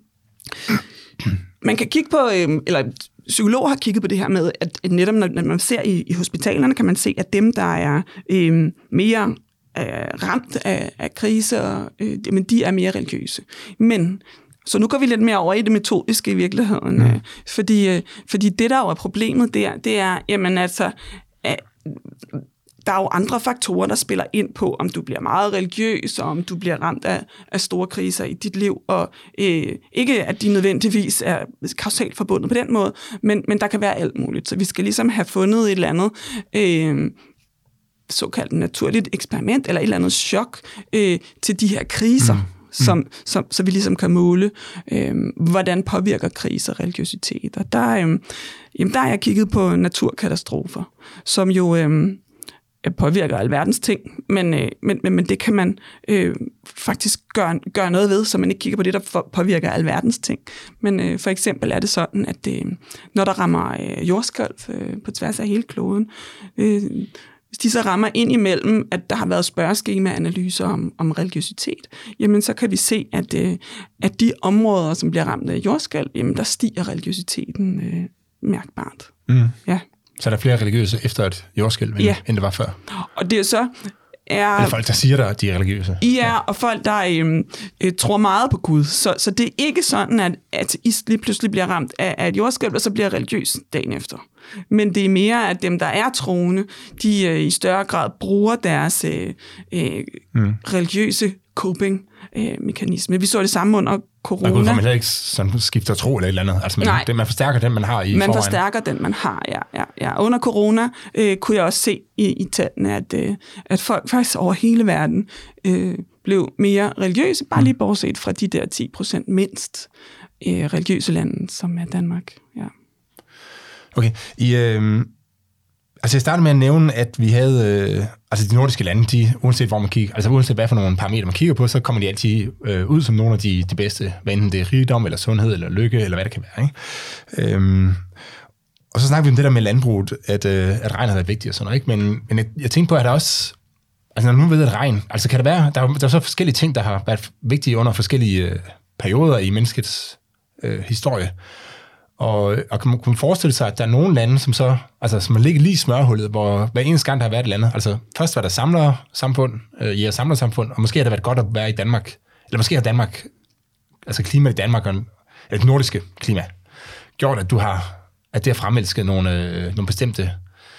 man kan kigge på, eller psykologer har kigget på det her med, at netop når man ser i hospitalerne, kan man se, at dem, der er mere ramt af kriser, jamen, de er mere religiøse. Men så nu går vi lidt mere over i det metodiske i virkeligheden, fordi det, der jo er problemet der, det er, jamen altså, der er jo andre faktorer, der spiller ind på, om du bliver meget religiøs, og om du bliver ramt af store kriser i dit liv, og ikke at de nødvendigvis er kausalt forbundet på den måde, men der kan være alt muligt. Så vi skal ligesom have fundet et eller andet såkaldt naturligt eksperiment, eller et eller andet chok til de her kriser, så vi ligesom kan måle, hvordan påvirker kriser religiøsitet. Og der har jeg kigget på naturkatastrofer, som jo påvirker alverdens ting, men det kan man faktisk gøre noget ved, så man ikke kigger på det, der påvirker alverdens ting. Men for eksempel er det sådan, at når der rammer jordskælv på tværs af hele kloden, hvis de så rammer ind imellem, at der har været spørgeskemaanalyser om religiøsitet, jamen så kan vi se, at de områder, som bliver ramt af jordskælv, jamen der stiger religiøsiteten mærkbart. Ja. Så der er flere religiøse efter et jordskælv, end det var før? Og det er så... Eller folk, der siger, at de er religiøse. Ja, og folk, der tror meget på Gud. Så det er ikke sådan, at ateist lige pludselig bliver ramt af et jordskælv, og så bliver religiøs dagen efter. Men det er mere, at dem, der er troende, de i større grad bruger deres religiøse coping-mekanisme. Vi så det samme under corona. Man kunne heller ikke sådan skifte tro eller et eller andet. Altså man forstærker den, man har i forvejen. Man forstærker den, man har, ja. Under corona kunne jeg også se i tallene, at folk faktisk over hele verden blev mere religiøse, bare lige bortset fra de der 10% mindst religiøse lande, som er Danmark. Ja. Okay. Jeg startede med at nævne, at vi havde... de nordiske lande, uanset hvor man kigger, altså uanset hvad for nogle parametre man kigger på, så kommer de altid ud som nogle af de bedste, hvad enten det er rigdom, eller sundhed, eller lykke, eller hvad det kan være. Ikke? Og så snakker vi om det der med landbruget, at regn har været vigtigt og sådan noget, ikke? Men jeg tænkte på, at der også... Altså når nu ved at regn, altså kan det være... Der er så forskellige ting, der har været vigtige under forskellige perioder i menneskets historie. Og kan man forestille sig, at der er nogle lande, som så, altså som ligger lige i smørhullet, hvor hver eneste gang, der har været et land. Altså først var der samlersamfund, samlersamfund, og måske har det været godt at være i Danmark. Eller måske har Danmark, altså klima i Danmark, eller det nordiske klima, gjort, at det har fremelsket nogle bestemte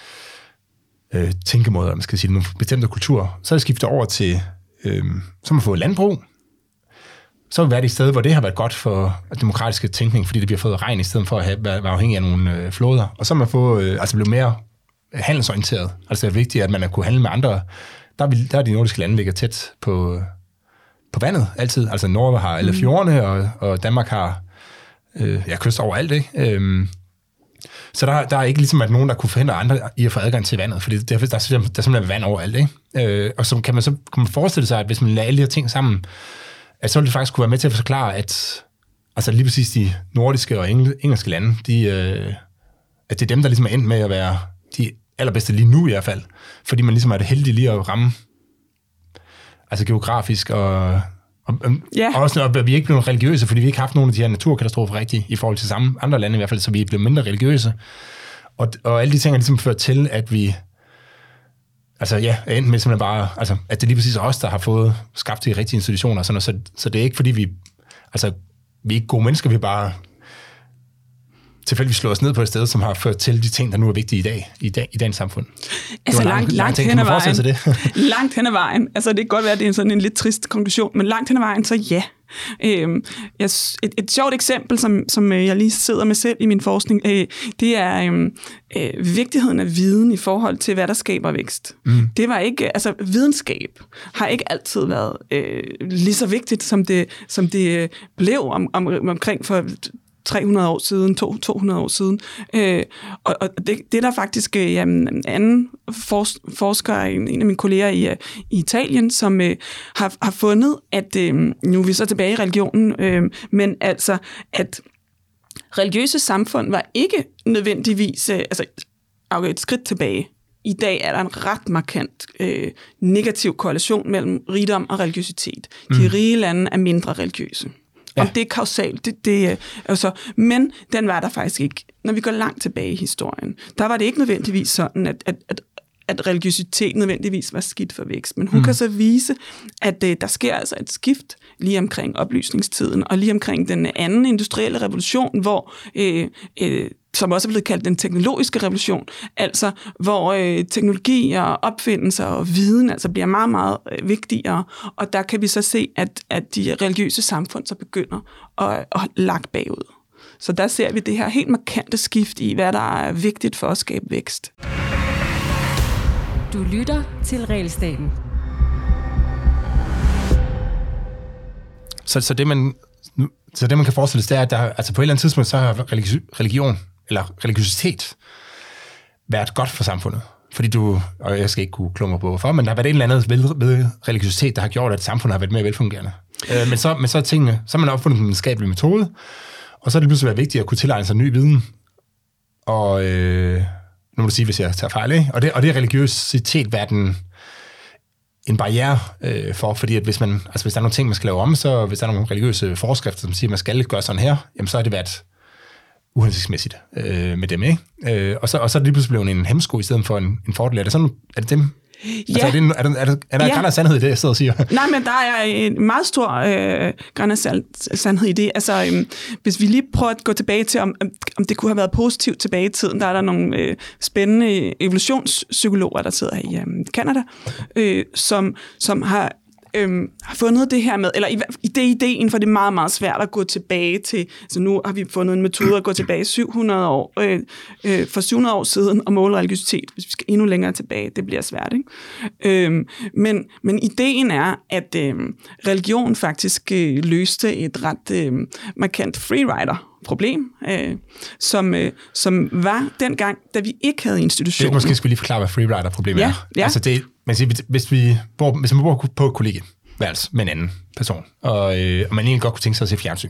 tænkemåder, man skal sige, nogle bestemte kulturer. Så er det skiftet over til, så man får landbrug. Så har vi været et sted, hvor det har været godt for demokratiske tænkning, fordi det bliver fået regn i stedet for at være afhængig af nogle floder. Og så har man blevet mere handelsorienteret. Altså det er vigtigt, at man har kunne handle med andre. Der er de nordiske lande ligger tæt på vandet altid. Altså Norge har alle fjordene, og Danmark har kyst overalt, ikke? Så der er ikke ligesom at nogen, der kunne forhindre andre i at få adgang til vandet, fordi der er simpelthen vand overalt, ikke? Og så kan man forestille sig, at hvis man lader alle de her ting sammen, at så ville det faktisk kunne være med til at forklare, at altså lige præcis de nordiske og engelske lande, at det er dem, der ligesom er endt med at være de allerbedste lige nu i hvert fald. Fordi man ligesom er det heldige lige at ramme altså geografisk og også når vi er ikke blevet religiøse, fordi vi ikke har haft nogen af de her naturkatastrofer rigtigt i forhold til andre lande i hvert fald, så vi er blevet mindre religiøse. Og alle de ting har ligesom ført til, at vi endte med simpelthen bare, at det lige præcis er os, der har fået skabt de rigtige institutioner, så det er ikke fordi vi er ikke gode mennesker, vi er bare tilfældigvis slået os ned på et sted, som har ført til de ting, der nu er vigtige i dagens samfund. Altså langt hen ad vejen. Langt hen ad vejen. Altså det kan godt være, at det er sådan en lidt trist konklusion, men langt hen ad vejen, så ja. Et sjovt eksempel, som jeg lige sidder med selv i min forskning, det er vigtigheden af viden i forhold til, hvad der skaber vækst. Det var ikke, altså videnskab har ikke altid været lige så vigtigt, som det blev omkring for 300 år siden, 200 år siden. Og det er der faktisk en anden forsker, en af mine kolleger i Italien, som har fundet, at nu er vi så tilbage i religionen, men altså, at religiøse samfund var ikke nødvendigvis et skridt tilbage. I dag er der en ret markant negativ korrelation mellem rigdom og religiøsitet. De rige lande er mindre religiøse. Ja. Om det er kausalt, det er jo så. Men den var der faktisk ikke. Når vi går langt tilbage i historien, der var det ikke nødvendigvis sådan, at religiøsitet nødvendigvis var skidt for vækst. Men hun kan så vise, at der sker altså et skift lige omkring oplysningstiden, og lige omkring den anden industrielle revolution, hvor som også er blevet kaldt den teknologiske revolution, altså hvor teknologi og opfindelser og viden altså bliver meget, meget vigtigere. Og der kan vi så se, at de religiøse samfund så begynder at lagt bagud. Så der ser vi det her helt markante skift i, hvad der er vigtigt for at skabe vækst. Du lytter til Regelstaten. Så det man kan forestille sig, det er, at der, altså på et eller andet tidspunkt, så har religion eller religiøsitet været godt for samfundet. Fordi og jeg skal ikke kunne klumre på hvorfor, men der har været et eller andet ved religiøsitet, der har gjort, at samfundet har været mere velfungerende. Men så har man opfundet en videnskabelig metode, og så er det pludselig været vigtigt at kunne tilegne sig ny viden. Og nu må du sige, hvis jeg tager fejl, ikke? Og det er religiøsitet været en barriere for, fordi at hvis der er nogle ting, man skal lave om, så hvis der er nogle religiøse forskrifter, som siger, at man skal gøre sådan her, jamen så har det været uhensigtsmæssigt med dem, ikke? Og så er det lige pludselig blevet en hemsko i stedet for en fordel. Er det dem? Ja. Altså, er der en græn af sandhed i det, jeg sidder og siger? Nej, men der er en meget stor græn af sandhed i det. Altså, hvis vi lige prøver at gå tilbage til, om det kunne have været positivt tilbage i tiden, der er der nogle spændende evolutionspsykologer, der sidder i Canada, som har fundet det her med, eller det er ideen, for det er meget, meget svært at gå tilbage til, så nu har vi fundet en metode at gå tilbage 700 år, for 700 år siden og måle religiøsitet. Hvis vi skal endnu længere tilbage, det bliver svært, ikke? Men ideen er, at religion faktisk løste et ret markant freerider-problem, som var dengang, da vi ikke havde institutioner. Måske skal vi lige forklare, hvad freerider-problemet er. Ja. Altså det, hvis man bor på et kollegieværelse med en anden person, og man egentlig godt kunne tænke sig at se fjernsyn,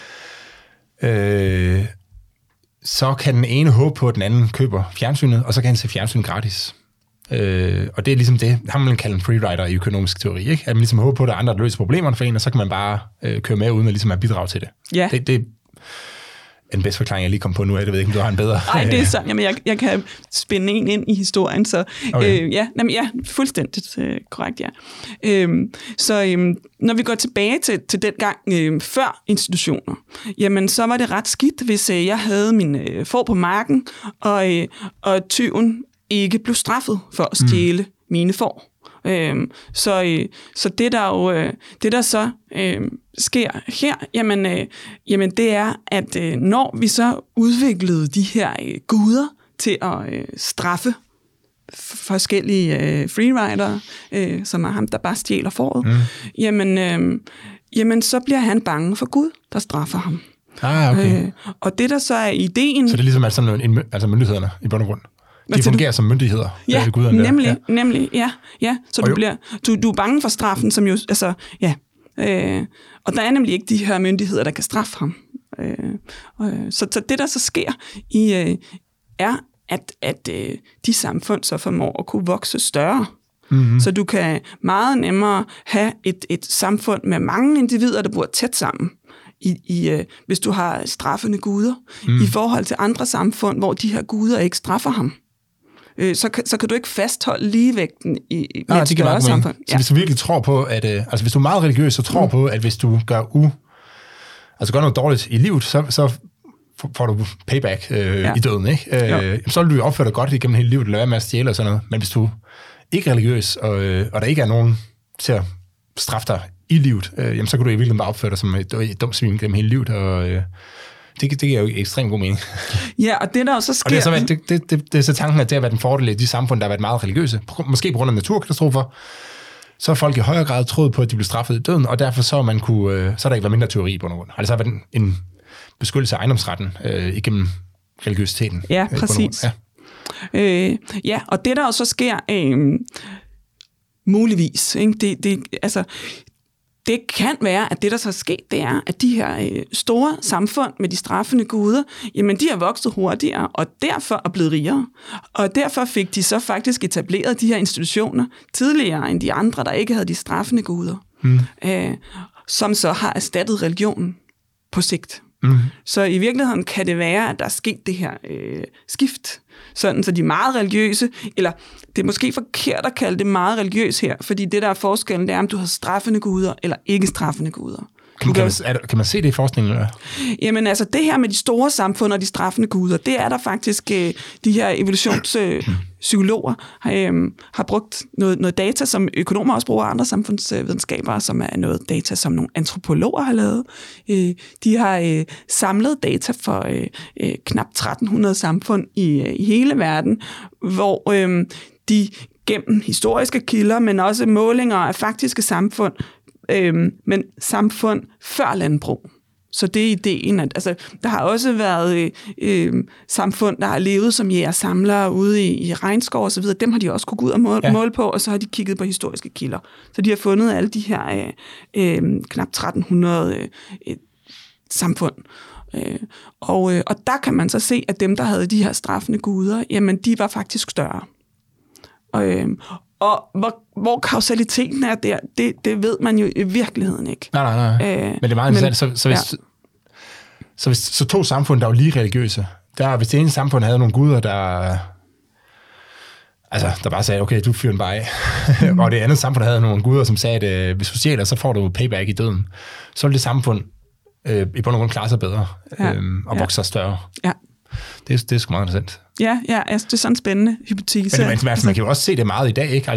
så kan den ene håbe på, at den anden køber fjernsynet, og så kan han se fjernsyn gratis. Og det er ligesom det, har man kaldt en freerider i økonomisk teori, ikke? At man ligesom håber på, at der er andre, der løser problemerne for en, og så kan man bare køre med, uden at ligesom have bidrag til det. Ja. Det er den bedste forklaring, jeg lige kom på nu. Jeg ved ikke, om du har en bedre. Nej, det er sådan. Jamen, jeg kan spænde en ind i historien, så okay. Fuldstændigt korrekt, ja. Når vi går tilbage til den gang før institutioner, jamen, så var det ret skidt, hvis jeg havde min får på marken, og tyven ikke blev straffet for at stjæle mine får. Så det der så sker her, jamen det er, at når vi så udviklede de her guder til at straffe forskellige freerider, som er ham, der bare stjæler fåret, jamen så bliver han bange for Gud, der straffer ham. Okay. Og det der så er ideen... Så det er ligesom altså myndighederne i bund og grund. De fungerer som myndigheder. Ja, nemlig, ja. Så du er bange for straffen, som jo, altså, ja. Og der er nemlig ikke de her myndigheder, der kan straffe ham. Så det, der så sker, er, at de samfund så formår at kunne vokse større. Mm-hmm. Så du kan meget nemmere have et samfund med mange individer, der bor tæt sammen. Hvis du har straffende guder, i forhold til andre samfund, hvor de her guder ikke straffer ham. Så kan du ikke fastholde ligevægten i et større samfund. Så hvis du virkelig tror på, at... altså hvis du er meget religiøs, så tror på, at hvis du gør noget dårligt i livet, så får du payback i døden, ikke? Så vil du opføre dig godt igennem hele livet, lade være med at stjæle og sådan noget. Men hvis du ikke er religiøs, og der ikke er nogen til at straffe dig i livet, jamen så kan du i virkeligheden bare opføre dig som et dumt svin gennem hele livet, og... Det giver jo ekstremt god mening. Ja, og det der også sker... Og det er så tanken, at det har været en fordel i de samfund, der har været meget religiøse. Måske på grund af naturkatastrofer, så har folk i højere grad troet på, at de blev straffet i døden, og derfor så har der ikke været mindre teori på nogen grund. Altså, så har været en beskyttelse af ejendomsretten igennem religiøsiteten. Ja, præcis. Ja. Og det der også sker muligvis, ikke? Det kan være, at det, der så er sket, det er, at de her store samfund med de straffende guder, jamen de har vokset hurtigere, og derfor er blevet rigere. Og derfor fik de så faktisk etableret de her institutioner tidligere end de andre, der ikke havde de straffende guder, som så har erstattet religionen på sigt. Så i virkeligheden kan det være, at der er sket det her skift, sådan så de er meget religiøse, eller det er måske forkert at kalde det meget religiøs her, fordi det der er forskellen, det er, om du har straffende guder eller ikke straffende guder. Kan man se det i forskningen? Eller? Jamen altså, det her med de store samfund og de straffende guder, det er der faktisk de her evolutionspsykologer har brugt noget data, som økonomer også bruger, andre samfundsvidenskabere, som er noget data, som nogle antropologer har lavet. De har samlet data for knap 1300 samfund i hele verden, hvor de gennem historiske kilder, men også målinger af faktiske samfund, men samfund før landbrug. Så det er ideen, at altså, der har også været samfund, der har levet som jæger-samlere ude i regnskov og så videre. Dem har de også kunne gå ud og måle på, og så har de kigget på historiske kilder. Så de har fundet alle de her knap 1300 samfund. Og der kan man så se, at dem, der havde de her straffende guder, jamen de var faktisk større. Og hvor kausaliteten er der, det ved man jo i virkeligheden ikke. Nej. Men det er meget interessant. Så to samfund, der er jo lige religiøse. Hvis det ene samfund havde nogle guder, der bare sagde, okay, du fyrer den bare af. Og det andet samfund havde nogle guder, som sagde, at hvis du stjæler, så får du payback i døden. Så ville det samfund i bund og grund klare sig bedre og vokse sig større. Ja. Det er sgu meget interessant. Ja, altså, det er sådan en spændende hypotese. Men man kan jo også se det meget i dag, ikke?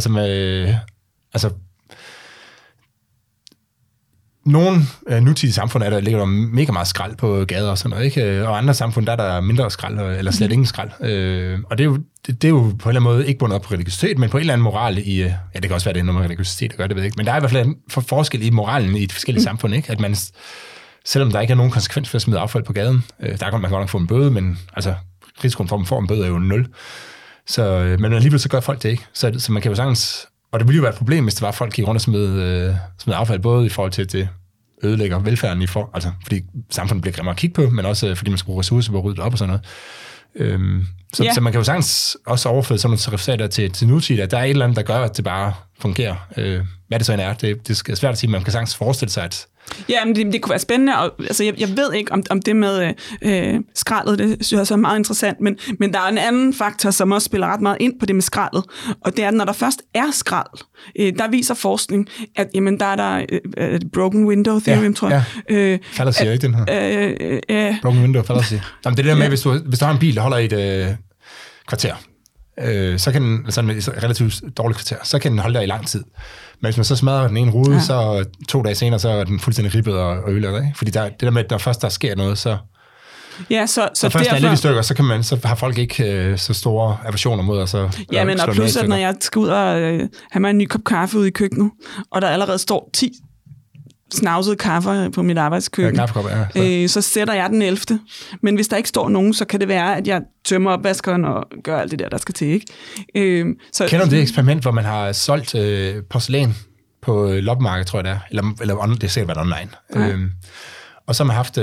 Nogle nutidige samfund ligger der mega meget skrald på gader og sådan noget, ikke? Og andre samfund, der er der mindre skrald, eller slet ingen skrald. Og det er jo på en eller anden måde ikke bundet op på religiøsitet, men på en eller anden moral i... Ja, det kan også være, det er noget med religiøsitet at gøre, det ved jeg ikke. Men der er i hvert fald en forskel i moralen i de forskellige samfund, ikke? At man, selvom der ikke er nogen konsekvens for at smide affald på gaden, der kan man godt nok få en bøde, men altså, risikoen for, at man får en bøde er jo 0. Men alligevel så gør folk det ikke. Så man kan jo sagtens... Og det ville jo være et problem, hvis det var, at folk gik rundt og smed affald, både i forhold til, at det ødelægger velfærden, fordi samfundet bliver grimmere at kigge på, men også fordi man skal bruge ressourcer på at rydde op og sådan noget. Så man kan jo sagtens også overføre sådan nogle resultater til nutid, at der er et eller andet, der gør, at det bare fungerer. Hvad det så end er, det er svært at sige, men man kan sagtens forestille sig, at... Ja, men det kunne være spændende, og altså, jeg ved ikke, om det med skraldet, det synes jeg også er meget interessant, men der er en anden faktor, som også spiller ret meget ind på det med skraldet, og det er, at når der først er skrald, der viser forskning, at jamen, der er der broken window theorem, tror jeg. Fallacy, ikke den her? Broken window fallacy. Jamen, det der med, hvis du har en bil, der holder i et kvarter, så kan den, altså et relativt dårligt kvarter, så kan den holde der i lang tid. Men hvis man så smadrer den ene rude, så 2 dage senere, så er den fuldstændig ribbet og ødelagt, ikke? Fordi det der med, at når først der sker noget, så... Ja, så først derfor... er lidt i stykker, så har folk ikke så store aversioner mod at så... Ja, men og plus, at når jeg skal ud og have mig en ny kop kaffe ude i køkkenet, og der allerede står 10 snavsede kaffer på mit arbejdskøkken, så sætter jeg den 11. Men hvis der ikke står nogen, så kan det være, at jeg tømmer opvaskeren og gør alt det der skal til, ikke? Kender du det eksperiment, hvor man har solgt porcelæn på loppemarkedet, tror jeg det er? Eller det er sikkert været online. Og så har man haft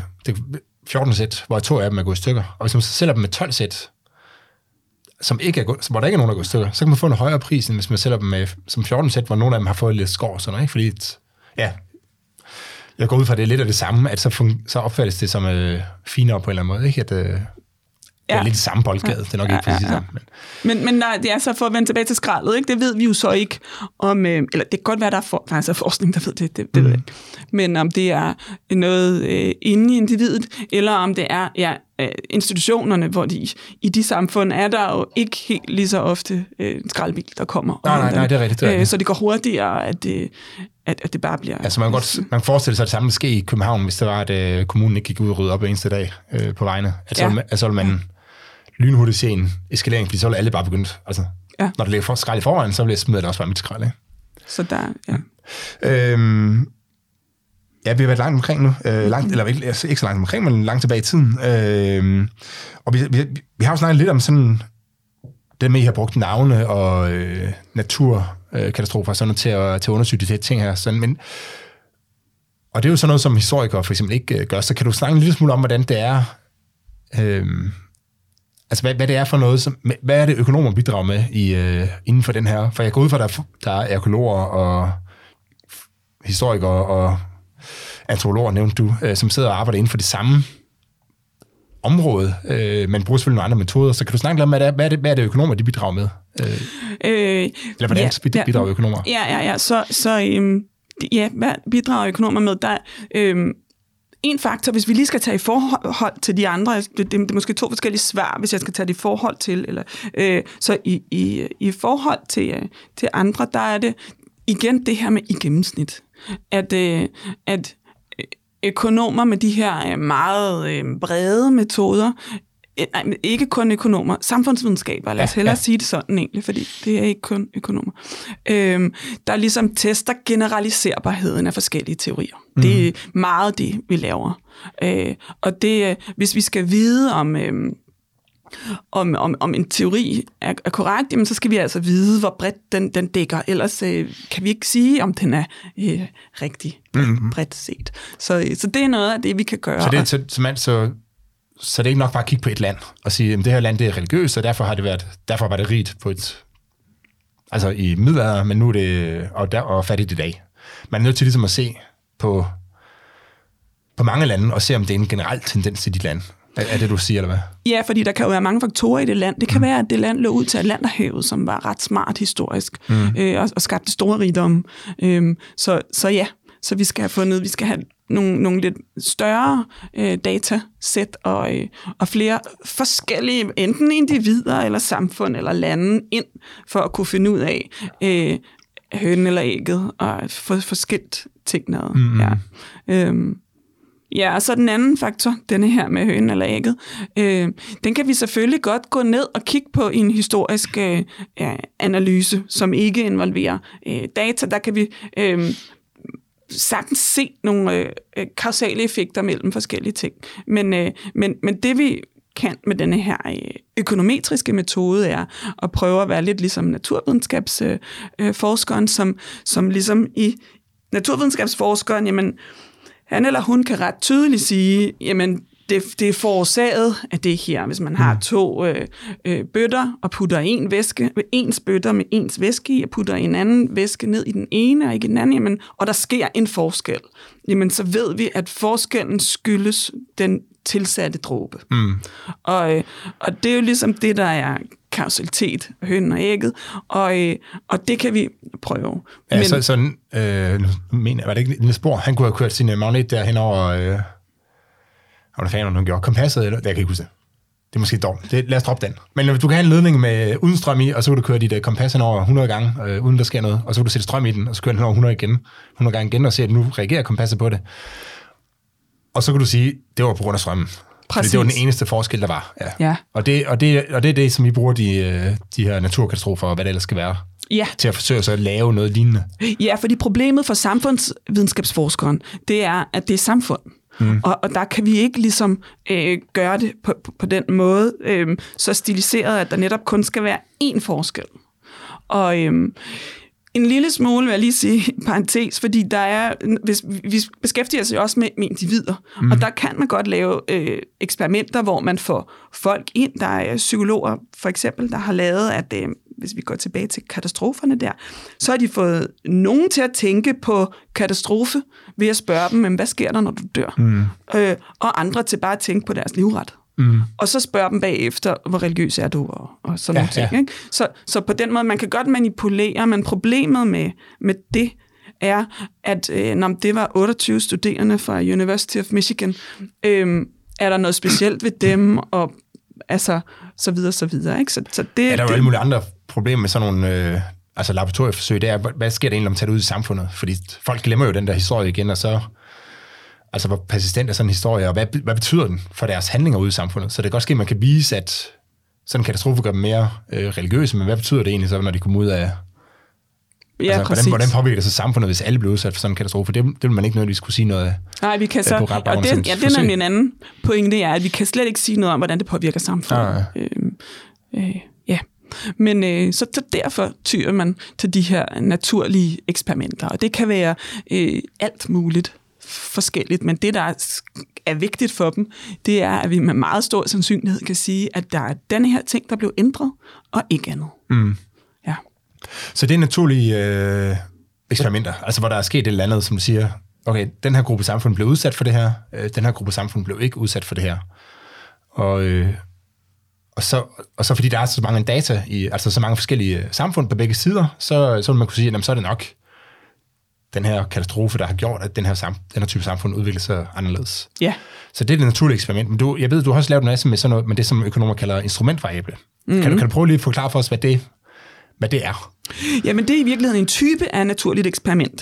14 sæt, hvor 2 af dem er gået i stykker. Og hvis man så sælger dem med 12 sæt, hvor der ikke er nogen, der er gået i stykker, så kan man få en højere pris, end hvis man sælger dem med som 14 sæt, hvor nogle af dem har fået lidt skår og sådan noget, ikke? Fordi jeg går ud fra, det er lidt af det samme, at så opfattes det som finere på en eller anden måde, ikke? At det er lidt det samme boldgade, det er nok ikke præcis sammen. Men nej, det er så for at vende tilbage til skraldet, ikke? Det ved vi jo så ikke om, eller det kan godt være, der er forskning, der ved det ved jeg ikke. Men om det er noget inde i individet, eller om det er institutionerne, hvor i de samfund er der jo ikke helt lige så ofte en skraldbil, der kommer. Nej, det er rigtigt. Så det går hurtigere, at det bare bliver... Altså man kan forestille sig, at det samme ske i København, hvis det var, at kommunen ikke gik ud og rydde op hver eneste dag på vejene. Så vil man lynhurtigt se en eskalering, fordi så vil alle bare begynde... Altså, når der ligger skrald i forvejen, så vil jeg smide det også bare mit skrald, ikke? Så der, vi har været langt omkring nu. Eller ikke så langt omkring, men langt tilbage i tiden. Og vi har jo snakket lidt om sådan... Det med, I har brugt navne og naturkatastrofer sådan til at undersøge de her ting her. Sådan, og det er jo sådan noget, som historikere for eksempel ikke gør. Så kan du snakke en lille smule om, hvordan det er... Altså, hvad det er for noget, hvad er det økonomer bidrager med inden for den her? For jeg går ud fra, der er økologer og historikere og antropologer, nævnte du, som sidder og arbejder inden for det samme område, men bruger selvfølgelig nogle andre metoder. Så kan du snakke lidt om, hvad er det økonomer, de bidrager med? Eller hvordan bidrager økonomer? Hvad bidrager økonomer med? Der en faktor, hvis vi lige skal tage i forhold til de andre, det er måske 2 forskellige svar, hvis jeg skal tage det i forhold til, eller så i forhold til andre, der er det igen det her med i gennemsnit, at økonomer med de her meget brede metoder, ikke kun økonomer, samfundsvidenskaber, lad os hellere sige det sådan egentlig, fordi det er ikke kun økonomer, der ligesom tester generaliserbarheden af forskellige teorier. Det er meget det, vi laver. Og det, hvis vi skal vide om en teori er korrekt, jamen så skal vi altså vide, hvor bredt den dækker. Ellers kan vi ikke sige, om den er rigtig bredt set. Så det er noget af det, vi kan gøre. Så det er ikke nok bare at kigge på et land og sige, at det her land det er religiøst, og derfor var det rigt på altså i middelalderen, men nu er det og fattigt i dag. Man er nødt til ligesom at se på mange lande og se, om det er en generel tendens til de lande. Er det, du siger, eller hvad? Ja, fordi der kan jo være mange faktorer i det land. Det kan være, at det land lå ud til Atlanterhavet, som var ret smart historisk, og skabte store rigdomme. Så vi skal have nogle lidt større datasæt og flere forskellige, enten individer eller samfund eller lande ind, for at kunne finde ud af hønen eller ægget, og få skilt tingene. Ja, og så den anden faktor, denne her med hønen eller ægget, den kan vi selvfølgelig godt gå ned og kigge på i en historisk analyse, som ikke involverer data. Der kan vi sagtens se nogle kausale effekter mellem forskellige ting. Men det vi kan med denne her økonometriske metode er at prøve at være lidt ligesom naturvidenskabsforskeren, som ligesom i naturvidenskabsforskeren, jamen, han eller hun kan ret tydeligt sige, jamen, det er forårsaget af det her. Hvis man har to bøtter og putter ens bøtter med ens væske i, og putter en anden væske ned i den ene og ikke i den anden, jamen, og der sker en forskel, jamen, så ved vi, at forskellen skyldes den tilsatte dråbe. Og det er jo ligesom det, der er kausalitet, hønen og ægget, og det kan vi prøve. Ja, var det ikke Niels Bohr? Han kunne have kørt sin magnet derhen over hvad fanden hun gjorde? Kompasset, eller? Det kan jeg ikke huske det. Det er måske dårligt. Lad os droppe den. Men du kan have en ledning med uden strøm i, og så kan du køre dit kompas over 100 gange, uden der sker noget, og så kan du sætte strøm i den, og så kører den over 100 gange igen, og se, at nu reagerer kompasset på det. Og så kan du sige, det var på grund af strømmen. Fordi det var den eneste forskel, der var. Ja. Og det er det, som vi bruger de her naturkatastrofer, og hvad det ellers skal være, til at forsøge sig at lave noget lignende. Ja, fordi problemet for samfundsvidenskabsforskeren, det er, at det er samfund. Og der kan vi ikke ligesom gøre det på den måde, så stiliseret, at der netop kun skal være én forskel. Og en lille smule, vil jeg lige sige, parentes, fordi der er, hvis vi beskæftiger os jo også med individer, og der kan man godt lave eksperimenter, hvor man får folk ind. Der er psykologer, for eksempel, der har lavet, at hvis vi går tilbage til katastroferne der, så har de fået nogen til at tænke på katastrofe ved at spørge dem, hvad sker der, når du dør? Og andre til bare at tænke på deres livret. Og så spørger dem bagefter, hvor religiøs er du, og sådan nogle ting. Ikke? Så på den måde, man kan godt manipulere, men problemet med det er, at det var 28 studerende fra University of Michigan. Er der noget specielt ved dem, og altså, så videre. Ikke? Så det, der er jo alle mulige andre problemer med sådan nogle laboratorieforsøg. Det er, hvad sker der egentlig, om man tager det ud i samfundet? Fordi folk glemmer jo den der historie igen, og så hvor persistent er sådan en historie, og hvad betyder den for deres handlinger ude i samfundet? Så det kan godt ske, at man kan vise, at sådan en katastrofe gør dem mere religiøse, men hvad betyder det egentlig så, når de kommer ud af... hvordan påvirker det så samfundet, hvis alle bliver udsat for sådan en katastrofe? Det vil man ikke nødvendigvis kunne sige noget af. Nej, vi kan så... Og det er nemlig en anden pointe, det er, at vi kan slet ikke sige noget om, hvordan det påvirker samfundet. Men så derfor tyrer man til de her naturlige eksperimenter, og det kan være alt muligt forskelligt, men det, der er vigtigt for dem, det er, at vi med meget stor sandsynlighed kan sige, at der er denne her ting, der blev ændret, og ikke andet. Ja. Så det er naturlige eksperimenter, altså hvor der er sket et eller andet, som du siger, okay, den her gruppe samfund blev udsat for det her, den her gruppe samfund blev ikke udsat for det her. Og så fordi der er så mange data, altså så mange forskellige samfund på begge sider, så vil man kunne sige, at så er det nok den her katastrofe, der har gjort, at den her type samfund udvikler sig anderledes. Ja. Så det er det naturlige eksperiment. Men jeg ved, du har også lavet en masse med sådan noget, med det, som økonomer kalder instrumentvariable. Kan du prøve lige at forklare for os, hvad det er? Jamen, det er i virkeligheden en type af naturligt eksperiment.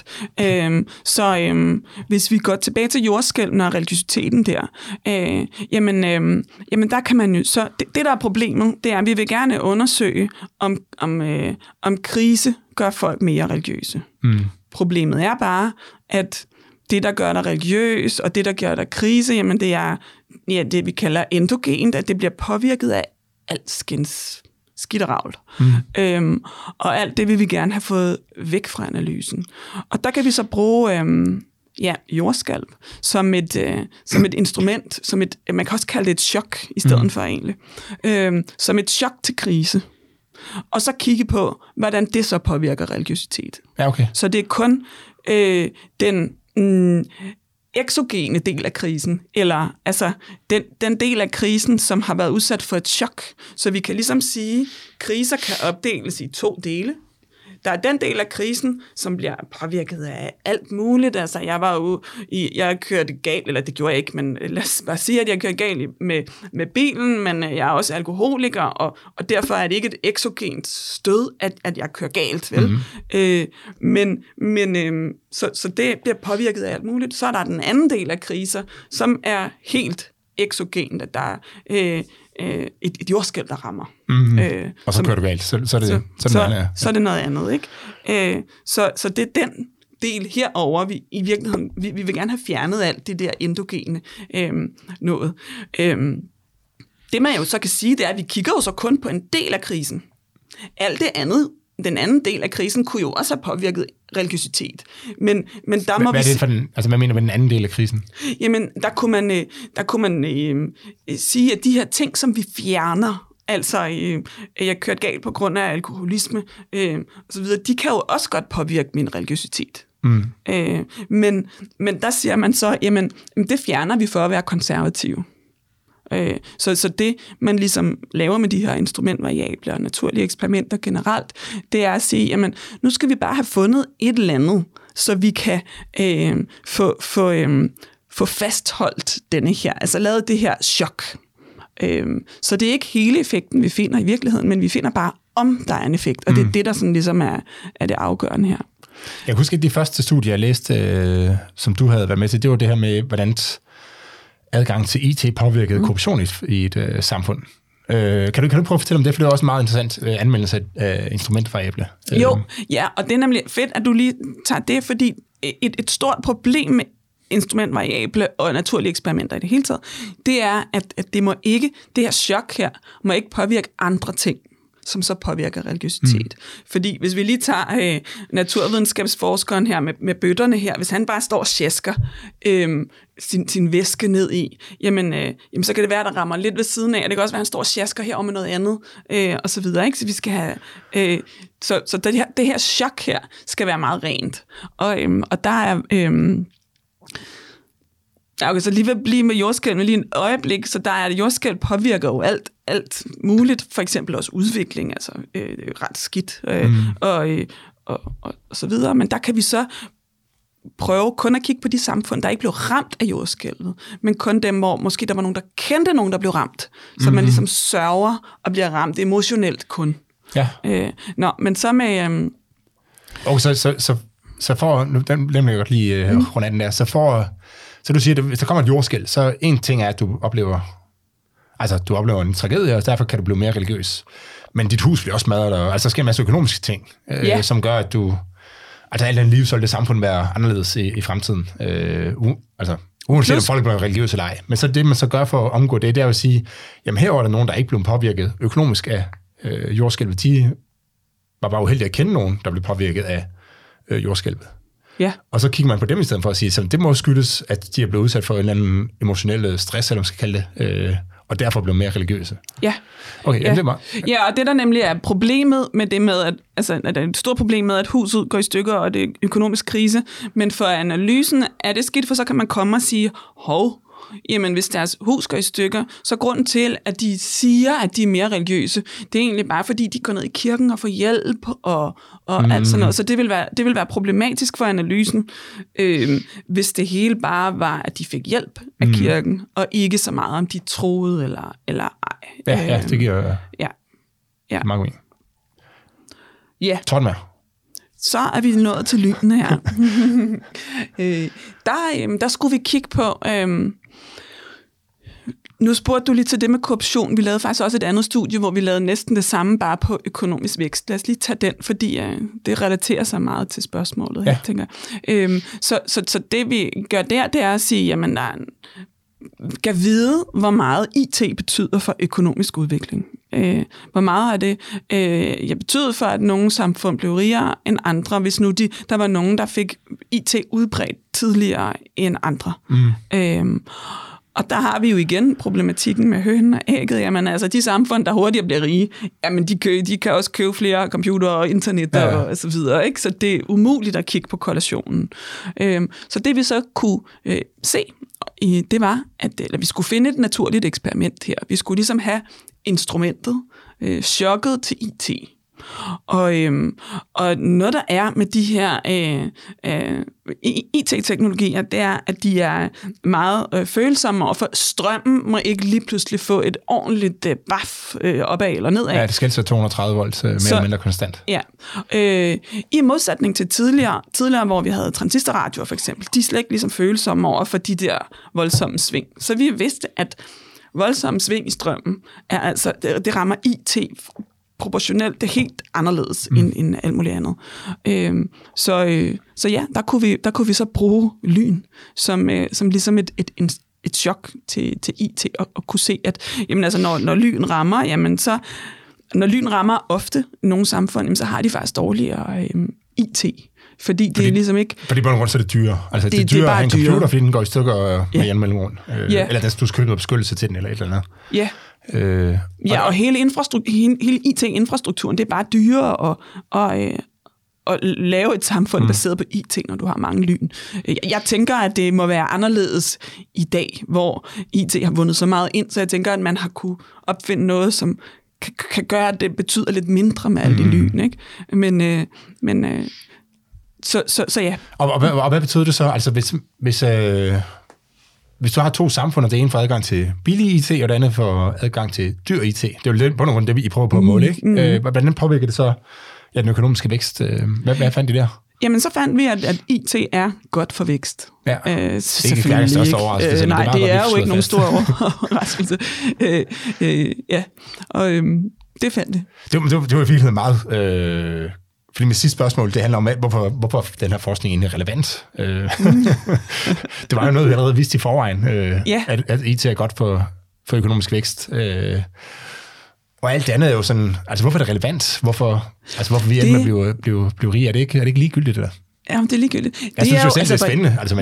Hvis vi går tilbage til jordskælven og religiøsiteten der, jamen der kan man jo så... Det, der er problemet, det er, at vi vil gerne undersøge, om krise gør folk mere religiøse. Problemet er bare, at det, der gør dig religiøs, og det, der gør dig krise, jamen det er det, vi kalder endogent, at det bliver påvirket af alskens skidt og ravl. Og alt det vil vi gerne have fået væk fra analysen. Og der kan vi så bruge jordskalv som et instrument, man kan også kalde det et chok i stedet for egentlig. Som et chok til krise. Og så kigge på, hvordan det så påvirker religiøsitet. Ja, okay. Så det er kun den eksogene del af krisen, eller altså den del af krisen, som har været udsat for et chok. Så vi kan ligesom sige, at kriser kan opdeles i 2 dele. Der er den del af krisen, som bliver påvirket af alt muligt. Altså, jeg kørte galt, eller det gjorde jeg ikke, men lad os bare sige, at jeg kørte galt med bilen, men jeg er også alkoholiker, og derfor er det ikke et eksogent stød, at jeg kører galt, vel? Så det bliver påvirket af alt muligt. Så er der den anden del af kriser, som er helt eksogent, at der er et jordskælv, der rammer. Og så kører du galt. Så er det noget andet, ikke? Så det er den del herover vi i virkeligheden, vi vil gerne have fjernet alt det der endogene noget. Det man jo så kan sige, det er, at vi kigger jo så kun på en del af krisen. Alt det andet, den anden del af krisen, kunne jo også have påvirket religiøsitet. Men der må hvad er det for den, altså hvad mener du med den anden del af krisen? Jamen, der kunne man sige, at de her ting, som vi fjerner, altså jeg kørte galt på grund af alkoholisme og så videre, de kan jo også godt påvirke min religiøsitet. Men der siger man så, jamen det fjerner vi for at være konservative. Så det, man ligesom laver med de her instrumentvariable og naturlige eksperimenter generelt, det er at sige, jamen, nu skal vi bare have fundet et eller andet, så vi kan få fastholdt denne her, altså lavet det her chok. Så det er ikke hele effekten, vi finder i virkeligheden, men vi finder bare, om der er en effekt, og det er det, der sådan ligesom er det afgørende her. Jeg husker, at de første studier, jeg læste, som du havde været med til, det var det her med, hvordan adgang til IT påvirkede korruption i et samfund. Kan du prøve at fortælle om det, for det er også en meget interessant anmeldelse af instrumentvariable. Jo, ja, og det er nemlig fedt, at du lige tager det, fordi et stort problem med instrumentvariable og naturlige eksperimenter i det hele taget, det er, at det her chok her, må ikke påvirke andre ting, som så påvirker religiøsitet. Fordi hvis vi lige tager naturvidenskabsforskeren her med bøtterne her, hvis han bare står og sjasker sin væske ned i, jamen så kan det være, der rammer lidt ved siden af, og det kan også være, at han står og sjasker herovre med noget andet, og så videre, ikke? Så vi skal have... Så det her chok her skal være meget rent. Og der er... Okay, så lige vil blive med jordskælv lige en øjeblik, så der er det, jordskælv påvirker jo alt muligt, for eksempel også udvikling, altså ret skidt, og så videre, men der kan vi så prøve kun at kigge på de samfund, der ikke blev ramt af jordskælvet, men kun dem, hvor måske der var nogen, der kendte nogen, der blev ramt, så man ligesom sørger og bliver ramt emotionelt kun. Ja. Men så med... Og så for, nu vil jeg godt lige runde af den der, så du siger, at hvis der kommer et jordskælv, så en ting er, at du oplever en tragedie, og derfor kan du blive mere religiøs. Men dit hus bliver også smadret, og altså der sker en masse økonomiske ting, som gør, at alt andet liv, så vil det samfund være anderledes i fremtiden. Uanset om folk bliver religiøse eller ej. Men så det, man så gør for at omgå det, det er jo at sige, jamen her var der nogen, der ikke blev påvirket økonomisk af jordskælvet. De var bare uheldige at kende nogen, der blev påvirket af jordskælvet. Ja. Og så kigger man på dem i stedet for at sige, så det må skyldes, at de er blevet udsat for en eller anden emotionel stress, eller man skal kalde det, og derfor blev mere religiøse. Ja. Okay, ja. Det er meget. Ja, og det der nemlig er problemet med det med, at der er et stort problem med, at huset går i stykker, og det er økonomisk krise, men for analysen er det skidt, for så kan man komme og sige, jamen hvis deres hus går i stykker, så grunden til, at de siger, at de er mere religiøse, det er egentlig bare, fordi de går ned i kirken og får hjælp og alt sådan noget. Så det vil være problematisk for analysen, hvis det hele bare var, at de fik hjælp af kirken, og ikke så meget, om de troede eller ej. Ja, det giver meget mening. Ja. Tråd med. Så er vi nået til lynene her. Der skulle vi kigge på... Nu spurgte du lige til det med korruption. Vi lavede faktisk også et andet studie, hvor vi lavede næsten det samme, bare på økonomisk vækst. Lad os lige tage den, fordi det relaterer sig meget til spørgsmålet, jeg tænker. Så det vi gør der, det er at sige, jamen kan vide, hvor meget IT betyder for økonomisk udvikling. Hvor meget af det betyder for, at nogle samfund blev rigere end andre, hvis nu der var nogen, der fik IT udbredt tidligere end andre. Og der har vi jo igen problematikken med hønen og ægget. Jamen altså, de samfund, der hurtigere bliver rige, jamen de kan også købe flere computer og internet og så videre, ikke? Så det er umuligt at kigge på korrelationen. Så det vi så kunne se, det var, at vi skulle finde et naturligt eksperiment her. Vi skulle ligesom have instrumentet, chokket til IT. Og noget, der er med de her IT-teknologier, det er, at de er meget følsomme overfor. Strømmen må ikke lige pludselig få et ordentligt buff opad eller nedad. Ja, det skal være 230 volt mere eller mindre konstant. Ja. I modsætning til tidligere, hvor vi havde transistorradioer for eksempel, de er slet ikke ligesom følsomme over for de der voldsomme sving. Så vi vidste, at voldsomme sving i strømmen er altså, det rammer IT proportionelt, det er helt anderledes end alt muligt andet. Så ja, der kunne vi så bruge lyn som ligesom et chok til IT, og kunne se, at jamen, altså, når lyn rammer, jamen, så når lyn rammer ofte i nogle samfund, jamen, så har de faktisk dårligere IT. Fordi det er ligesom ikke... Fordi på en grund så er det dyre. Altså det er dyre at have en computer, fordi den går i stykker med jernmellemrum. Eller der skal du købe noget beskyttelse til den, eller et eller andet. Ja. Og hele IT-infrastrukturen, det er bare dyrere at lave et samfund baseret på IT, når du har mange lyn. Jeg tænker, at det må være anderledes i dag, hvor IT har vundet så meget ind, så jeg tænker, at man har kunne opfinde noget, som kan gøre, at det betyder lidt mindre med alle de lyn, ikke? Men så ja. Og hvad betyder det så? Altså hvis du har to samfund, og det ene får adgang til billig IT, og det andet får adgang til dyr IT, det er jo lidt på nogle grunde det, vi prøver på at måle, ikke? Hvordan påvirker det så den økonomiske vækst? Hvad fandt I der? Jamen, så fandt vi, at IT er godt for vækst. Ja, det er ikke verdens største overraskelse. Nej, det er jo ikke nogen stor overraskelse. Det fandt det. Det var i virkeligheden meget... Fordi mit sidste spørgsmål, det handler om, hvorfor den her forskning egentlig er relevant. Det var jo noget, vi allerede vidste i forvejen, at IT er godt for økonomisk vækst. Og alt det andet er jo sådan, altså hvorfor er det relevant? Hvorfor vi ender med at blive rige? Er det ikke ligegyldigt, eller? Ja, det er ligegyldigt. Jeg synes jo selv, det er spændende. Altså,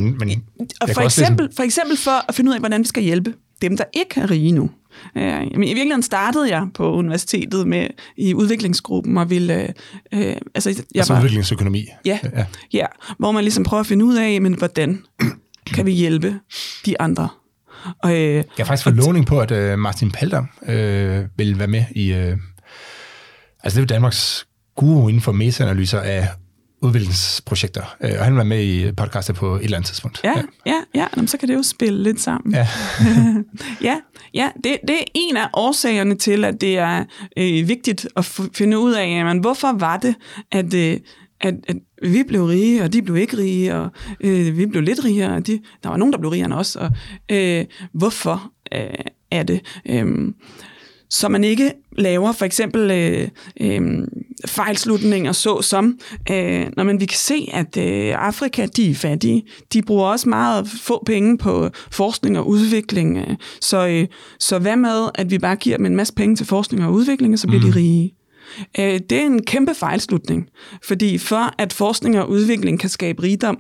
for eksempel for at finde ud af, hvordan vi skal hjælpe dem, der ikke er rige nu. I virkeligheden startede jeg på universitetet i udviklingsgruppen og ville... udviklingsøkonomi. Ja, hvor man ligesom prøver at finde ud af, men hvordan kan vi hjælpe de andre. Jeg har faktisk fået lovning på, at Martin Paldam vil være med i... altså det er jo Danmarks guru inden for metaanalyser af udviklingsprojekter. Og han var med i podcastet på et eller andet tidspunkt. Ja. Jamen, så kan det jo spille lidt sammen. Ja, det er en af årsagerne til, at det er vigtigt at finde ud af, jamen, hvorfor var det, at vi blev rige, og de blev ikke rige, og vi blev lidt rigere, og der var nogen, der blev rigere end os, og hvorfor er det... Så man ikke laver for eksempel fejlslutninger såsom, når vi kan se, at Afrika, de er fattige. De bruger også meget få penge på forskning og udvikling. Så hvad med, at vi bare giver dem en masse penge til forskning og udvikling, og så bliver de rige? Det er en kæmpe fejlslutning, fordi for at forskning og udvikling kan skabe rigdom,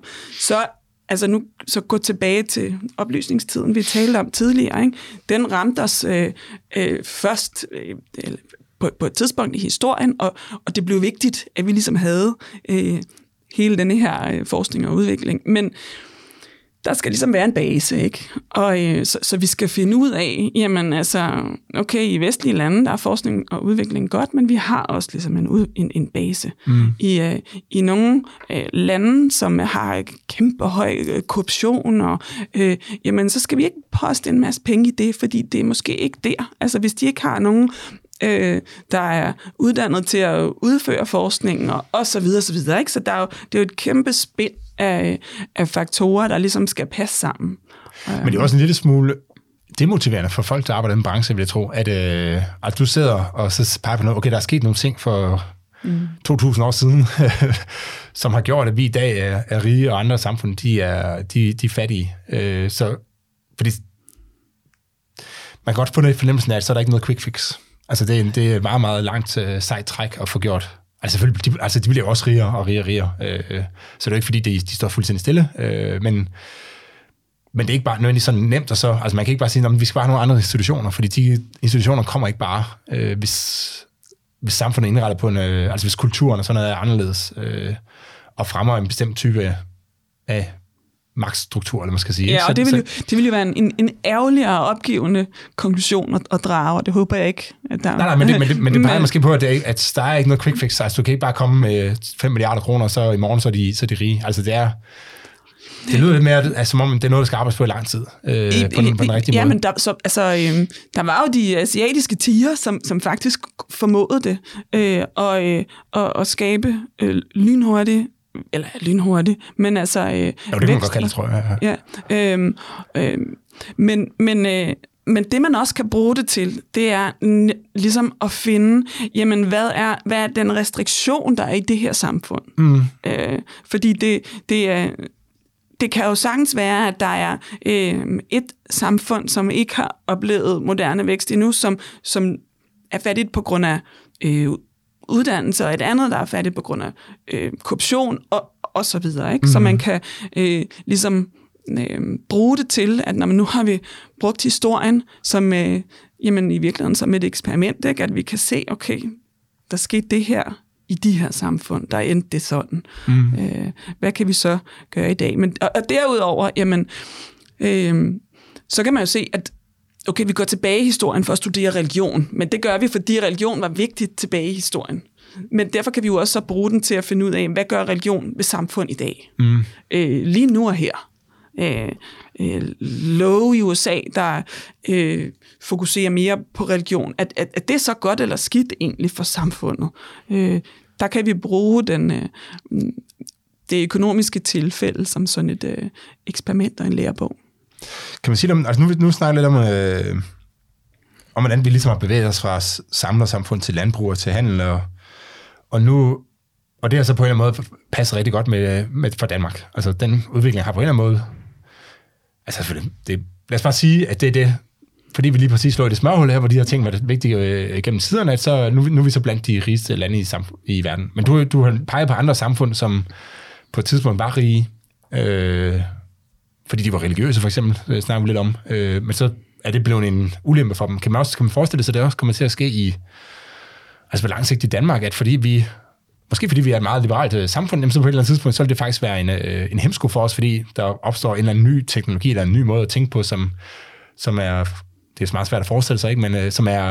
så gå tilbage til oplysningstiden, vi talte om tidligere. Ikke? Den ramte os først på et tidspunkt i historien, og det blev vigtigt, at vi ligesom havde hele denne her forskning og udvikling. Men der skal ligesom være en base, ikke? Og så vi skal finde ud af, jamen altså, okay, i vestlige lande, der er forskning og udvikling godt, men vi har også ligesom en base. I nogle lande, som har kæmpe høj korruption, og jamen, så skal vi ikke poste en masse penge i det, fordi det er måske ikke der. Altså, hvis de ikke har nogen der er uddannet til at udføre forskningen, og så videre, så videre, ikke? Så det er jo et kæmpe spind af faktorer, der ligesom skal passe sammen. Men det er også en lille smule demotiverende for folk, der arbejder i den branche, vil jeg tro, at du sidder og så peger på noget, okay, der er sket nogle ting for 2000 år siden, som har gjort, at vi i dag er rige, og andre samfund, de er fattige. Så fordi man kan godt få det i fornemmelsen af, at så er der ikke noget quick fix. Altså, det er meget, meget langt sejt træk at få gjort. Altså, selvfølgelig, de bliver jo også rigere og rigere. Så det er jo ikke, fordi de står fuldstændig stille. Men det er ikke bare nødvendigvis sådan nemt, og så, altså man kan ikke bare sige, at vi skal bare have nogle andre institutioner, fordi de institutioner kommer ikke bare, hvis samfundet er indrettet på altså hvis kulturen og sådan noget er anderledes, og fremmer en bestemt type af magtstruktur, eller man skal sige. Ja, og det vil jo være en ærgerlig og opgivende konklusion at drage, og det håber jeg ikke, at der... Nej, men det peger måske på, at der er ikke noget quick fix. Altså, du kan ikke bare komme med 5 milliarder kroner, og så i morgen så er de rige. Altså, det lyder lidt mere, som om det er noget, der skal arbejdes på i lang tid, på den rigtige måde. Men der var jo de asiatiske tiger, som faktisk formåede det, og skabe lynhurtigt, men altså... jo, det kan man godt kalde, tror jeg. Ja. Men det, man også kan bruge det til, det er ligesom at finde, jamen, hvad er den restriktion, der er i det her samfund? Fordi det kan jo sagtens være, at der er et samfund, som ikke har oplevet moderne vækst endnu, som er fattigt på grund af uddannelse, og et andet, der er fattigt på grund af korruption, og så videre. Ikke? Så man kan ligesom bruge det til, at når man nu har vi brugt historien som jamen, i virkeligheden som et eksperiment, ikke? At vi kan se, okay, der skete det her i de her samfund, der endte det sådan. Hvad kan vi så gøre i dag? Men, og derudover, jamen, så kan man jo se, at okay, vi går tilbage i historien for at studere religion, men det gør vi, fordi religion var vigtigt tilbage i historien. Men derfor kan vi jo også så bruge den til at finde ud af, hvad gør religion ved samfund i dag? Lige nu og her. Love i USA, der fokuserer mere på religion. Er det så godt eller skidt egentlig for samfundet? Der kan vi bruge det økonomiske tilfælde som sådan et eksperiment og en lærebog. Kan man sige det om, altså nu snakker lidt om hvordan vi ligesom har bevæget os fra samlersamfund til landbrug og til handel, og det er så på en eller anden måde passer rigtig godt med for Danmark. Altså den udvikling har på en eller anden måde, altså lad os bare sige, at det er det, fordi vi lige præcis slår i det smørhul her, hvor de her ting var vigtige gennem tiderne, at så nu er vi så blandt de rigeste lande i verden. Men du har peget på andre samfund, som på et tidspunkt var rige, fordi de var religiøse, for eksempel, snakker vi lidt om. Men så er det blevet en ulempe for dem. Kan man forestille sig, at det også kommer til at ske på lang sigt i Danmark, at fordi vi er et meget liberalt samfund, jamen så på et eller andet tidspunkt, så vil det faktisk være en hemsko for os, fordi der opstår en eller anden ny teknologi, eller en ny måde at tænke på, som er, det er meget svært at forestille sig, ikke? Men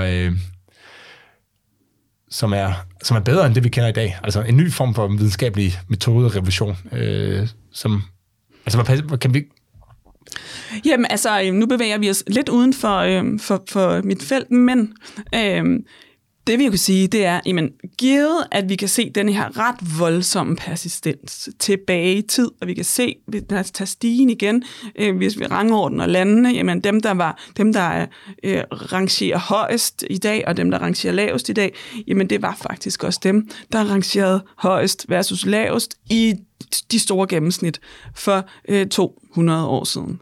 som er bedre end det, vi kender i dag. Altså en ny form for videnskabelig metode og revolution, hvad kan vi... Jamen, altså, nu bevæger vi os lidt uden for mit felt, men det vi jo kan sige, det er, jamen, givet at vi kan se den her ret voldsomme persistens tilbage i tid, og vi kan se, lad os tage stigen igen, hvis vi rangordner landene, jamen dem, der rangerer højest i dag, og dem, der rangerer lavest i dag, jamen det var faktisk også dem, der rangerede højest versus lavest i de store gennemsnit for 200 år siden.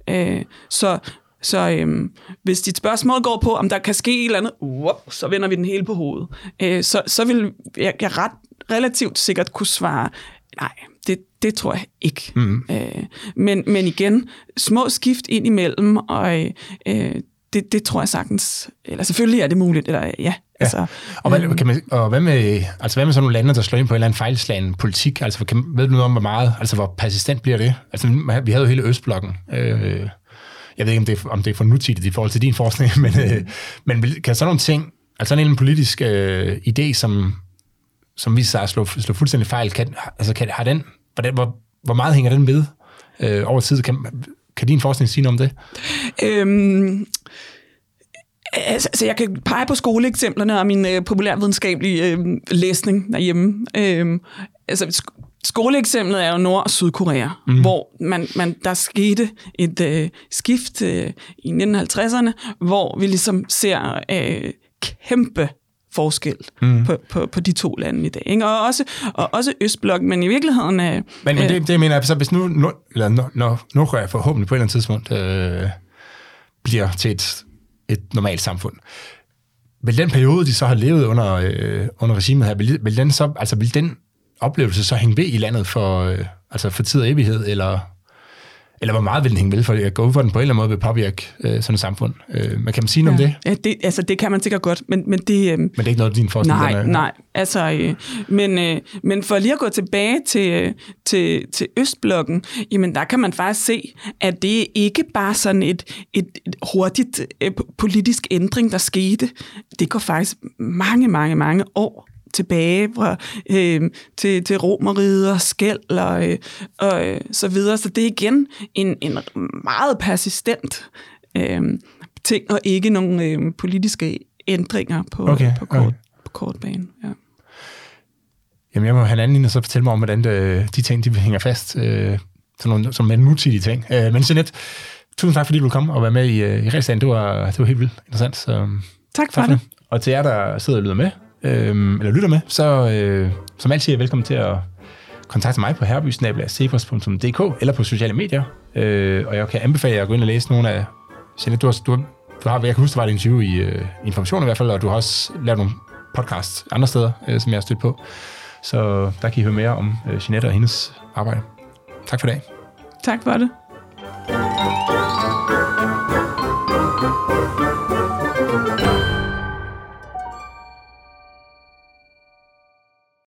Så hvis dit spørgsmål går på, om der kan ske et eller andet, så vender vi den hele på hovedet. Så vil jeg relativt sikkert kunne svare, nej, det tror jeg ikke. Men igen, små skift ind imellem, og det tror jeg sagtens, eller selvfølgelig er det muligt, eller ja. Altså, og hvad med sådan nogle lande, der slår ind på en eller anden fejlslagen politik? Altså, ved du noget om, hvor persistent bliver det? Altså, vi havde jo hele Østblokken. Jeg ved ikke, om det er for nutidigt i forhold til din forskning, men kan sådan nogle ting, altså sådan en politisk idé, som viser sig at slå fuldstændig fejl, har den, hvor meget hænger den ved over tid? Kan din forskning sige noget om det? Altså, jeg kan pege på skoleeksemplerne og min populærvidenskabelige læsning derhjemme. Skoleeksemplet er jo Nord- og Sydkorea, hvor der skete et skift i 1950'erne, hvor vi ligesom ser kæmpe forskel på de to lande i dag. Ikke? Og også Østblok, men i virkeligheden... Men det mener jeg, så hvis når Nordkorea forhåbentlig på et eller andet tidspunkt bliver til et normalt samfund. Vil den periode, de så har levet under regimet her, vil den oplevelse så hænge ved i landet for tid og evighed, eller hvor meget vil den hænge ved, for at gå ud for den på en eller anden måde vil påvirke sådan et samfund? Hvad kan man sige om det? Ja, det kan man sikkert godt, men det... Men det er ikke noget, din forskning... Nej, men for lige at gå tilbage til Østblokken, jamen der kan man faktisk se, at det ikke bare sådan et hurtigt politisk ændring, der skete. Det går faktisk mange, mange, mange år tilbage til Romerriget og skæld og så videre. Så det er igen en meget persistent ting, og ikke nogen politiske ændringer på kort bane. Ja. Jamen, jeg må have en anden ind og så fortælle mig om, hvordan de ting, de hænger fast. Som en nutidige ting. Men Jeanette, tusind tak, fordi du kom og være med i Regelstaten. Det var helt vildt interessant. Så, tak for det. Og til jer, der sidder og lytter med, så som altid er velkommen til at kontakte mig på herby@cepos.dk eller på sociale medier. Og jeg kan anbefale jer at gå ind og læse nogle af... Jeanette, jeg kan huske, der var et interview i Information i hvert fald, og du har også lavet nogle podcasts andre steder, som jeg har stødt på. Så der kan I høre mere om Jeanette og hendes arbejde. Tak for i dag. Tak for det.